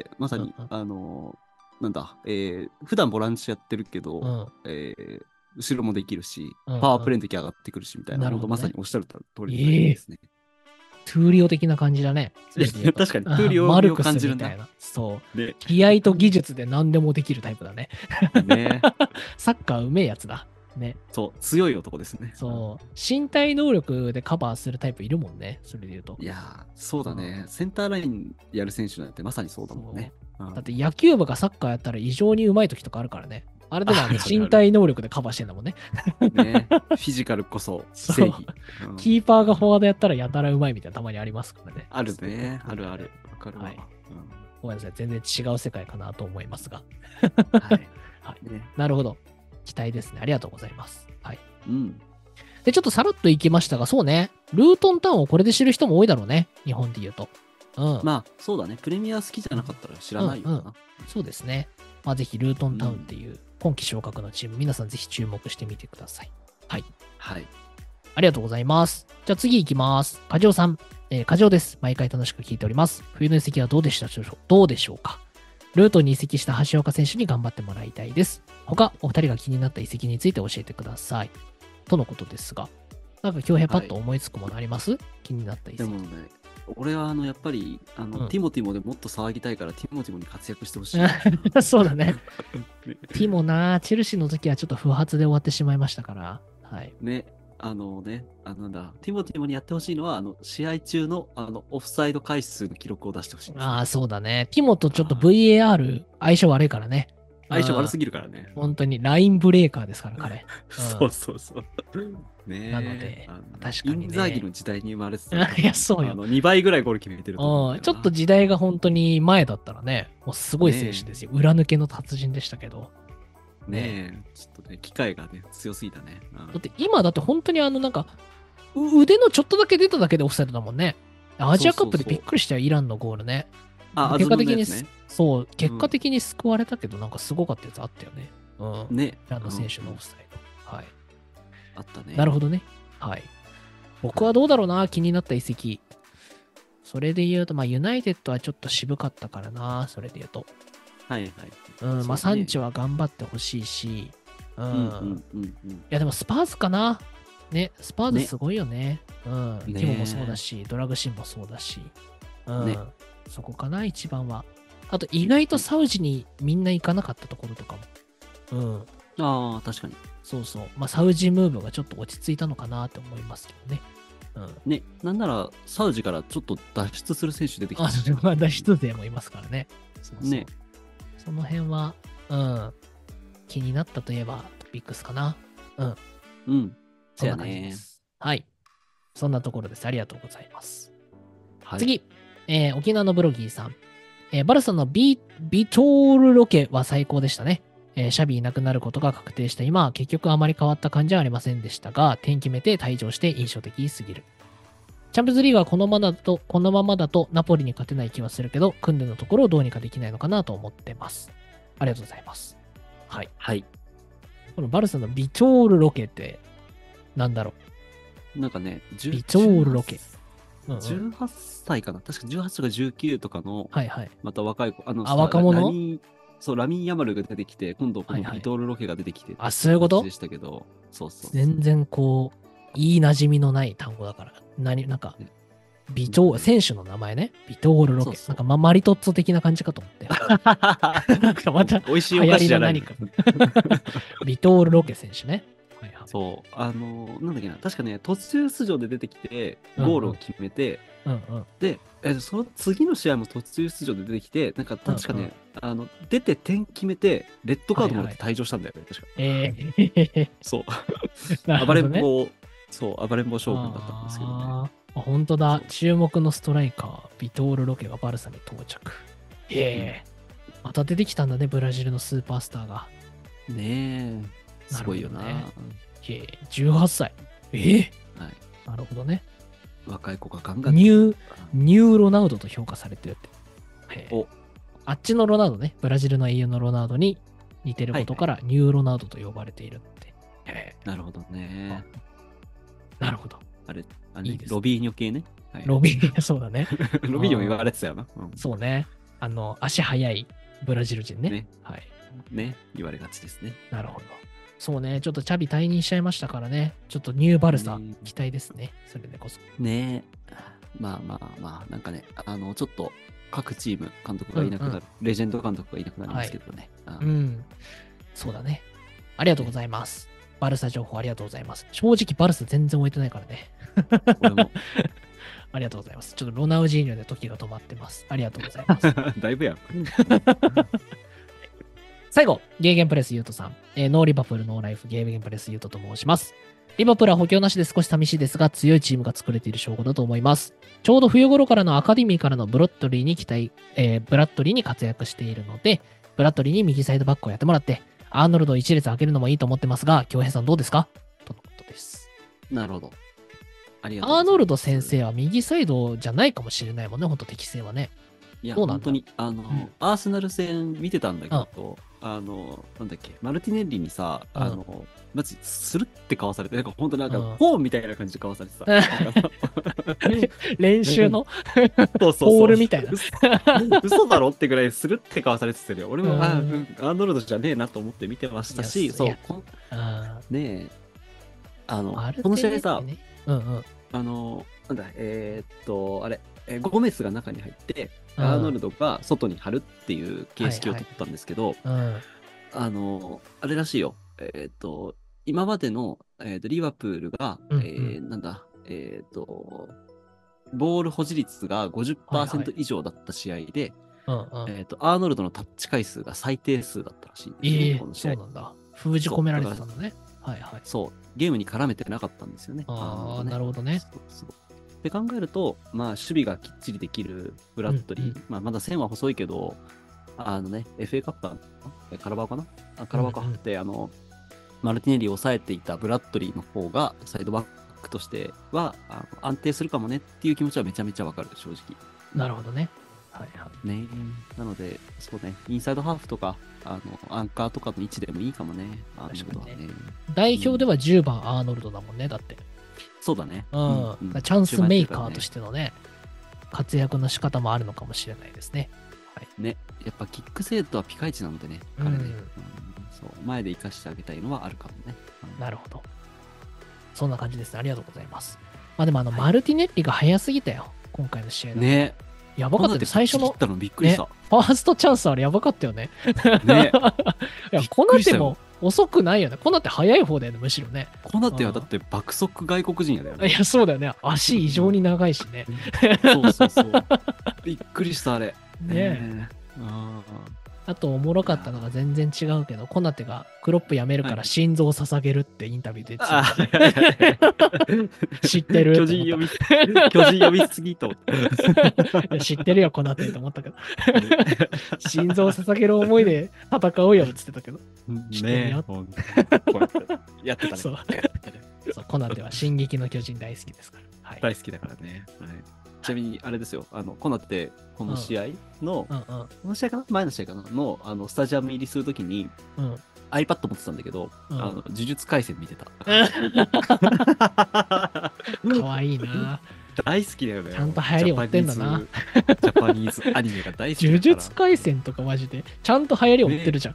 まさに、 うんあの、なんだ、えー、普段ボランチやってるけど、 うん。 えー、後ろもできるし、 うんパワープレうイの時上がってくるし、みたいん。 な、 なるほどね。 本当まさにおっしゃる通りのタイプええですね。 トゥーリオ的な感じだね。それで言うと。 確かに、トゥーリオをマルク感じるな。 スみたいな。そう。 ね。 気合と技術で何でもできるタイプだね。 ね。 サッカーうめえやつだ。ね。 そう、強い男ですね。 そう。身体能力でカバーするタイプいるもんね。それで言うと。 いやー、そうだね。センターラインやる選手なんてまさにそうだもんね。うんだって野球部がサッカーやったら異常に上手い時とかあるからね。あれでもあのあるあるある身体能力でカバーしてんだもんね。 ね。フィジカルこそそう正義。うんキーパーがフォワードやったらやたら上手いみたいなたまにありますからね。 あるね。あるある。わかるわ。 はいうんごめんなさい。全然違う世界かなと思いますが。 はい。 はい。 ね。 なるほど。期待ですね。ありがとうございます。はい。 うん。 で、ちょっとさらっといきましたが、そうね。ルートンタウンをこれで知る人も多いだろうね。日本で言うと。うん。 まあ、そうだね。プレミア好きじゃなかったら知らないよな。 うんうんそうですね。まあ、ぜひルートンタウンっていう今季昇格のチーム、皆さんぜひ注目してみてください。はい。 はい。 ありがとうございます。じゃあ次行きます。カジオさん。えー、カジオです。毎回楽しく聞いております。冬の移籍はどうでしたでしょうどうでしょうか。ルートに移籍した橋岡選手に頑張ってもらいたいです。他、お二人が気になった移籍について教えてください。とのことですが、なんか今日パッと思いつくものあります、はい、気になった移籍。 でもね、俺はあのやっぱりあの、うん、ティモティモでもっと騒ぎたいから、ティモティモに活躍してほしい。 そうだね。ティモな、チェルシーの時はちょっと不発で終わってしまいましたから。はい。 ね。あのね、あなんだ、ティモティモにやってほしいのは、あの試合中のあのオフサイド回数の記録を出してほしい、ね。 ああ、そうだね。ティモとちょっと ブイエーアール 相性悪いからね。 相性悪すぎるからね。 本当にラインブレーカーですから、彼。 そうそうそう。ねなので、確かにね。 インザーギの時代に生まれてた。 いや、そうよ。 あのにばいぐらいゴール決めてると思う。 ちょっと時代が本当に前だったらね、もうすごい選手ですよ。裏抜けの達人でしたけど。 ねえ、ちょっとね、機会がね、強すぎたね。 だって今だって本当にあのなんか、腕のちょっとだけ出ただけでオフサイドだもんね。アジアカップでびっくりしたよ、イランのゴールね。 あ、 結果的に、 ね、 そう、結果的に救われたけど、なんかすごかったやつあったよね。うん。 ね。 イランの選手のオフサイド。はい。 あったね。 なるほどね。はい。僕はどうだろうな、気になった移籍。それで言うと、まあ、ユナイテッドはちょっと渋かったからな、それで言うと。 はいはい。 うん、まあ、サンチは頑張ってほしいし、うん。うんうんうん、いや、でもスパーズかな。ね、スパーズすごいよね。ねうん。ティモもそうだし、ドラグシンもそうだし。うん。ね、そこかな、一番は。あと、意外とサウジにみんな行かなかったところとかも。うん。 ああ、確かに。 そうそう。まあ、サウジムーブがちょっと落ち着いたのかなって思いますけどね。うん、 ね、なんならサウジからちょっと脱出する選手出てきた。 あ、脱出勢もいますからね。 そうそうね。 その辺は、うん、気になったといえばトピックスかな。うん。 うん。 そんな感じです。はい。そんなところです。ありがとうございます。はい、次、えー、沖縄のブロギーさん。えー、バルサのビ、ビトールロケは最高でしたね。えー、シャビいなくなることが確定した今、結局あまり変わった感じはありませんでしたが、点決めて退場して印象的すぎる。チャンピオンズリーグはこのままだと、このままだとナポリに勝てない気はするけど、組んでのところをどうにかできないのかなと思ってます。ありがとうございます。はい。 はい。 このバルサのビトールロケって、なんだろう。なんかね、 ビトールロケ。 うんうん、じゅうはっさいかな。確かじゅうはちとかじゅうきゅうとかの、 はいはい。 また若い子、あの、 あ、若者そう、ラミン・ヤマルが出てきて、今度このビトールロケが出てきて、はいはい、 あ、そういうことでしたけど、そうそうそう。 全然こう、いい馴染みのない単語だから、何、なんか、ね、ビトール、選手の名前ね、ビトールロケ。そうそうなんか、ま、マリトッツォ的な感じかと思って。なんかまた、 美味しいお菓子じゃない何か。ビトールロケ選手ね。 はいはい、そう、あのー、なんだっけな、確かね、途中出場で出てきて、ゴールを決めて、 うんうんうんうん、 で、えー、その次の試合も途中出場で出てきて、なんか確かね、うんうん、あの出て点決めて、レッドカードもらって退場したんだよね、はいはい、確か。 えー、 そう。ね、暴れん坊、そう、暴れん坊将軍だったんですけどね。あ、 本当だ、注目のストライカー、ビトール・ロケがバルサに到着。へえ、うん、また出てきたんだね、ブラジルのスーパースターが。 ねえ、すごいよな。 ね、へえ、じゅうはっさい。えー、はい、なるほどね。 若い子がガンガンニュー、ニューロナウドと評価されてるって。おあっちのロナウドね、ブラジルの英雄のロナウドに似てることから、はいはい、ニューロナウドと呼ばれているって。 なるほどね。 なるほど。 あれ、あれねいいですねロビーニョ系ね。はい、 ロビー、そうだね。 ロビーニョも言われてたよな。うんそうね。あの、足速いブラジル人ね。 ねはい。 ね、言われがちですね。 なるほど。そうね。ちょっとチャビ退任しちゃいましたからね。ちょっとニューバルサね期待ですね。それでこそ。 ねえ。まあまあまあ、なんかね、あの、ちょっと各チーム監督がいなくなる、 うんうんレジェンド監督がいなくなりますけどね。あうん。そうだね。ありがとうございます。バルサ情報ありがとうございます。正直バルサ全然終えてないからね。 俺も、 ありがとうございます。ちょっとロナウジーニョで時が止まってます。ありがとうございます。 だいぶやん。 最後、ゲーゲンプレスユートさん。えーノーリバプールノーライフゲーゲンプレスユートと申します。リバプールは補強なしで少し寂しいですが、強いチームが作れている証拠だと思います。ちょうど冬頃からのアカデミーからのブロットリーに期待、えーブラッドリーに活躍しているので、ブラッドリーに右サイドバックをやってもらって、アーノルドを一列開けるのもいいと思ってますが、京平さんどうですかとのことです。 なるほど。ありがとうございます。 アーノルド先生は右サイドじゃないかもしれないもんね、本当適性はね。 いや、 どうなんだ本当に、あの、 んアーセナル戦見てたんだけど、あの、なんだっけ、マルティネッリにさ、 うんあの、マジ、スルってかわされて、なんか本当なんか、 うんポーンみたいな感じでかわされてた。 練習のそうそうそうポールみたいな。 嘘嘘だろってぐらいスルってかわされてたよ。俺も、 うんあ、うんアーノルドじゃねえなと思って見てましたいし、 やいや、 そうこんあねえ、あの、 ーこの試合さ、 ね、うんうん。 あの、なんだ、えーっと、あれ、えーゴメスが中に入って、 うんアーノルドが外に張るっていう形式を取ったんですけど、 うん。 あの、あれらしいよ。えーっと、今までの、えーっとリバプールが、 うんうんえーなんだ、えーっと、ボール保持率がごじゅっパーセント以上だった試合で、 うんうん。 えーっと、アーノルドのタッチ回数が最低数だったらしいんですよね、 ええこの試合そうなんだ。封じ込められてたんだね。はいはい。 そう、ゲームに絡めてなかったんですよね。 ああ、 ねなるほどね。 そうそうって考えると、まあ、守備がきっちりできるブラッドリー、 うんうんまあ、まだ線は細いけど、あのね、エフエー カップかなえカラバオかなあカラバオか、 うんうんで、あの、マルティネリを抑えていたブラッドリーの方が、サイドバックとしてはあの安定するかもねっていう気持ちはめちゃめちゃわかる、正直。 なるほどね。はいはい。 ねなので、そうね、インサイドハーフとか、あの、アンカーとかの位置でもいいかもね。アーノルドはね。 代表ではじゅうばんアーノルドだもんね、だって。 そうだね。 うん。 うんチャンスメーカーとしてのね、活躍の仕方もあるのかもしれないですね。 ね、やっぱキック精度はピカイチなのでね、彼ね、 うんうんそう前で生かしてあげたいのはあるかもね。うんなるほど。そんな感じですね。ありがとうございます。まあでもあの、 はいマルティネッリが早すぎたよ。今回の試合の。 ねやばかったよね。最初の切ったのびっくりした。 ファーストチャンスあれやばかったよね。 ねいや、 びっコくりしたよナテも遅くないよね。コナテ早い方だよね、むしろね。 コナテはだって爆速外国人やだよね。 いや、そうだよね。足異常に長いしね。 そうそうそう。びっくりした、あれ。 ねえああと、おもろかったのが全然違うけど、コナテがクロップやめるから心臓を捧げるってインタビューで言あってたよね。知ってる巨人読み、巨人読みすぎと思って。 いや知ってるよ、コナテと思ったけど。心臓を捧げる思いで戦おうよって言ってたけど。知ってるよねほんとこうやってやってたね。 そうそう、コナテは進撃の巨人大好きですから。はい。 大好きだからね。はい、ちなみに、あれですよ、あの、コナテ、この試合の、 うんこの試合かな前の試合かなの、あの、スタジアム入りするときに、 うん。うん。 iPad 持ってたんだけど、 うんあの、呪術廻戦見てた。 かわいいな。 大好きだよね。 ちゃんと流行り追ってんだなジャパニーズ。ジャパニーズアニメが大好きだから。 呪術廻戦とかマジで、ちゃんと流行り追ってるじゃん。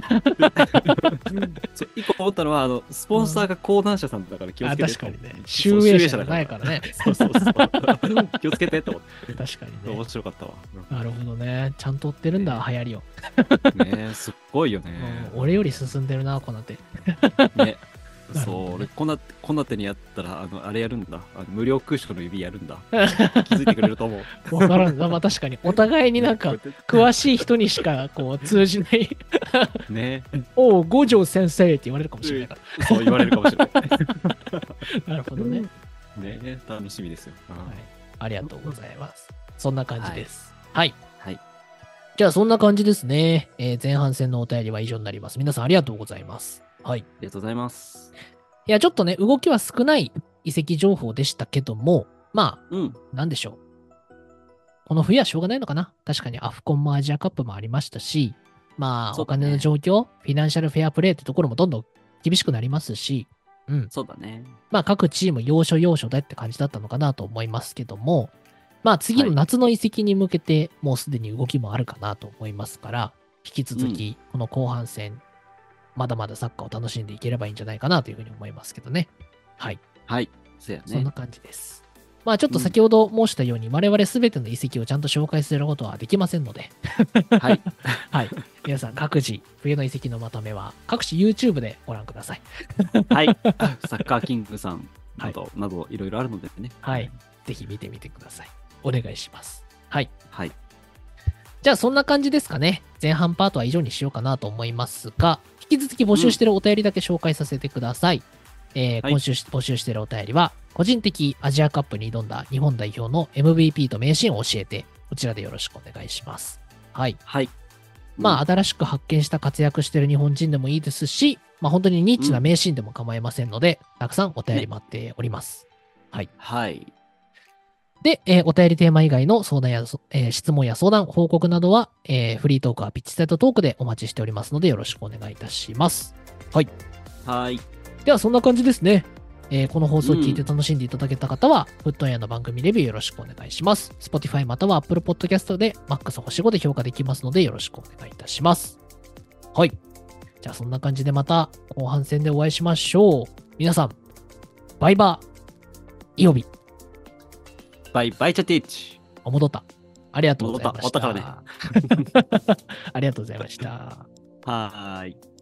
そう一個思ったのは、あの、スポンサーが講談社さんだから気をあ、 つけて。 確かにね。 そう集英社じゃないからね。 そうそうそう。気をつけてと思って。 確かに面ね。 白かったわ。 なるほどね。ちゃんと追ってるんだ、流行りを。 ねえ、すっごいよね。 うん俺より進んでるな、こなて。 ね。 なるほどねそう、俺、こな、こなてにやったら、あの、あれやるんだ。あの無料空所の指やるんだ。気づいてくれると思う。 わからんな。まあ確かに、お互いになんか、 こうやって詳しい人にしかこう通じない、 ね。 おう、五条先生って言われるかもしれないかそう言われるかもしれない。 ら。なるほどね。 ね、楽しみですよ。 はい。ありがとうございます。そんな感じです。はい。 はい。 じゃあ、そんな感じですね。えー前半戦のお便りは以上になります。皆さんありがとうございます。はい。 ありがとうございます。 いや、ちょっとね、動きは少ない移籍情報でしたけども、まあ、 うん。 なんでしょう。この冬はしょうがないのかな。確かにアフコンもアジアカップもありましたし、まあ、おそうだね金の状況、フィナンシャルフェアプレーってところもどんどん厳しくなりますし、 うん。 そうだね。 まあ各チーム要所要所でって感じだったのかなと思いますけども、まあ次のはい夏の移籍に向けてもうすでに動きもあるかなと思いますから、引き続うんきこの後半戦、まだまだサッカーを楽しんでいければいいんじゃないかなというふうに思いますけどね。はい。 はい。そうやね。 そんな感じです。まあちょっと先ほど申したように、我々すべての遺跡をちゃんと紹介することはできませんので、 はい。 はい。皆さん各自、冬の遺跡のまとめは各種 YouTube でご覧ください。 はい。サッカーキングさんなど、などいろいろあるのでね。 はい。ぜひ見てみてください。お願いします。はい。 はい。 じゃあそんな感じですかね。前半パートは以上にしようかなと思いますが、引き続き募集しているお便りだけ紹介させてください。えーはい今週し募集しているお便りは、個人的アジアカップに挑んだ日本代表の エムブイピー と名シーンを教えて、こちらでよろしくお願いします。はい。 はい。 まあ、 うん新しく発見した活躍している日本人でもいいですし、まあ、本当にニッチな名シーンでも構いませんので、たくさんお便り待っております。はい。 はい。 で、えーお便りテーマ以外の相談や、そえー質問や相談、報告などは、えーフリートークはピッチサイトトークでお待ちしておりますので、よろしくお願いいたします。はい。 はい。 では、そんな感じですね。えーこの放送を聞いて楽しんでいただけた方は、フットンやの番組レビューよろしくお願いします。Spotify または Apple Podcast で マックス 星ごで評価できますので、よろしくお願いいたします。はい。じゃあ、そんな感じでまた後半戦でお会いしましょう。皆さん、バイバー。イオビ、 バイバイチャティッチ。 お戻った。ありがとうございました。 戻った終わったからありがとうございました。 はーい。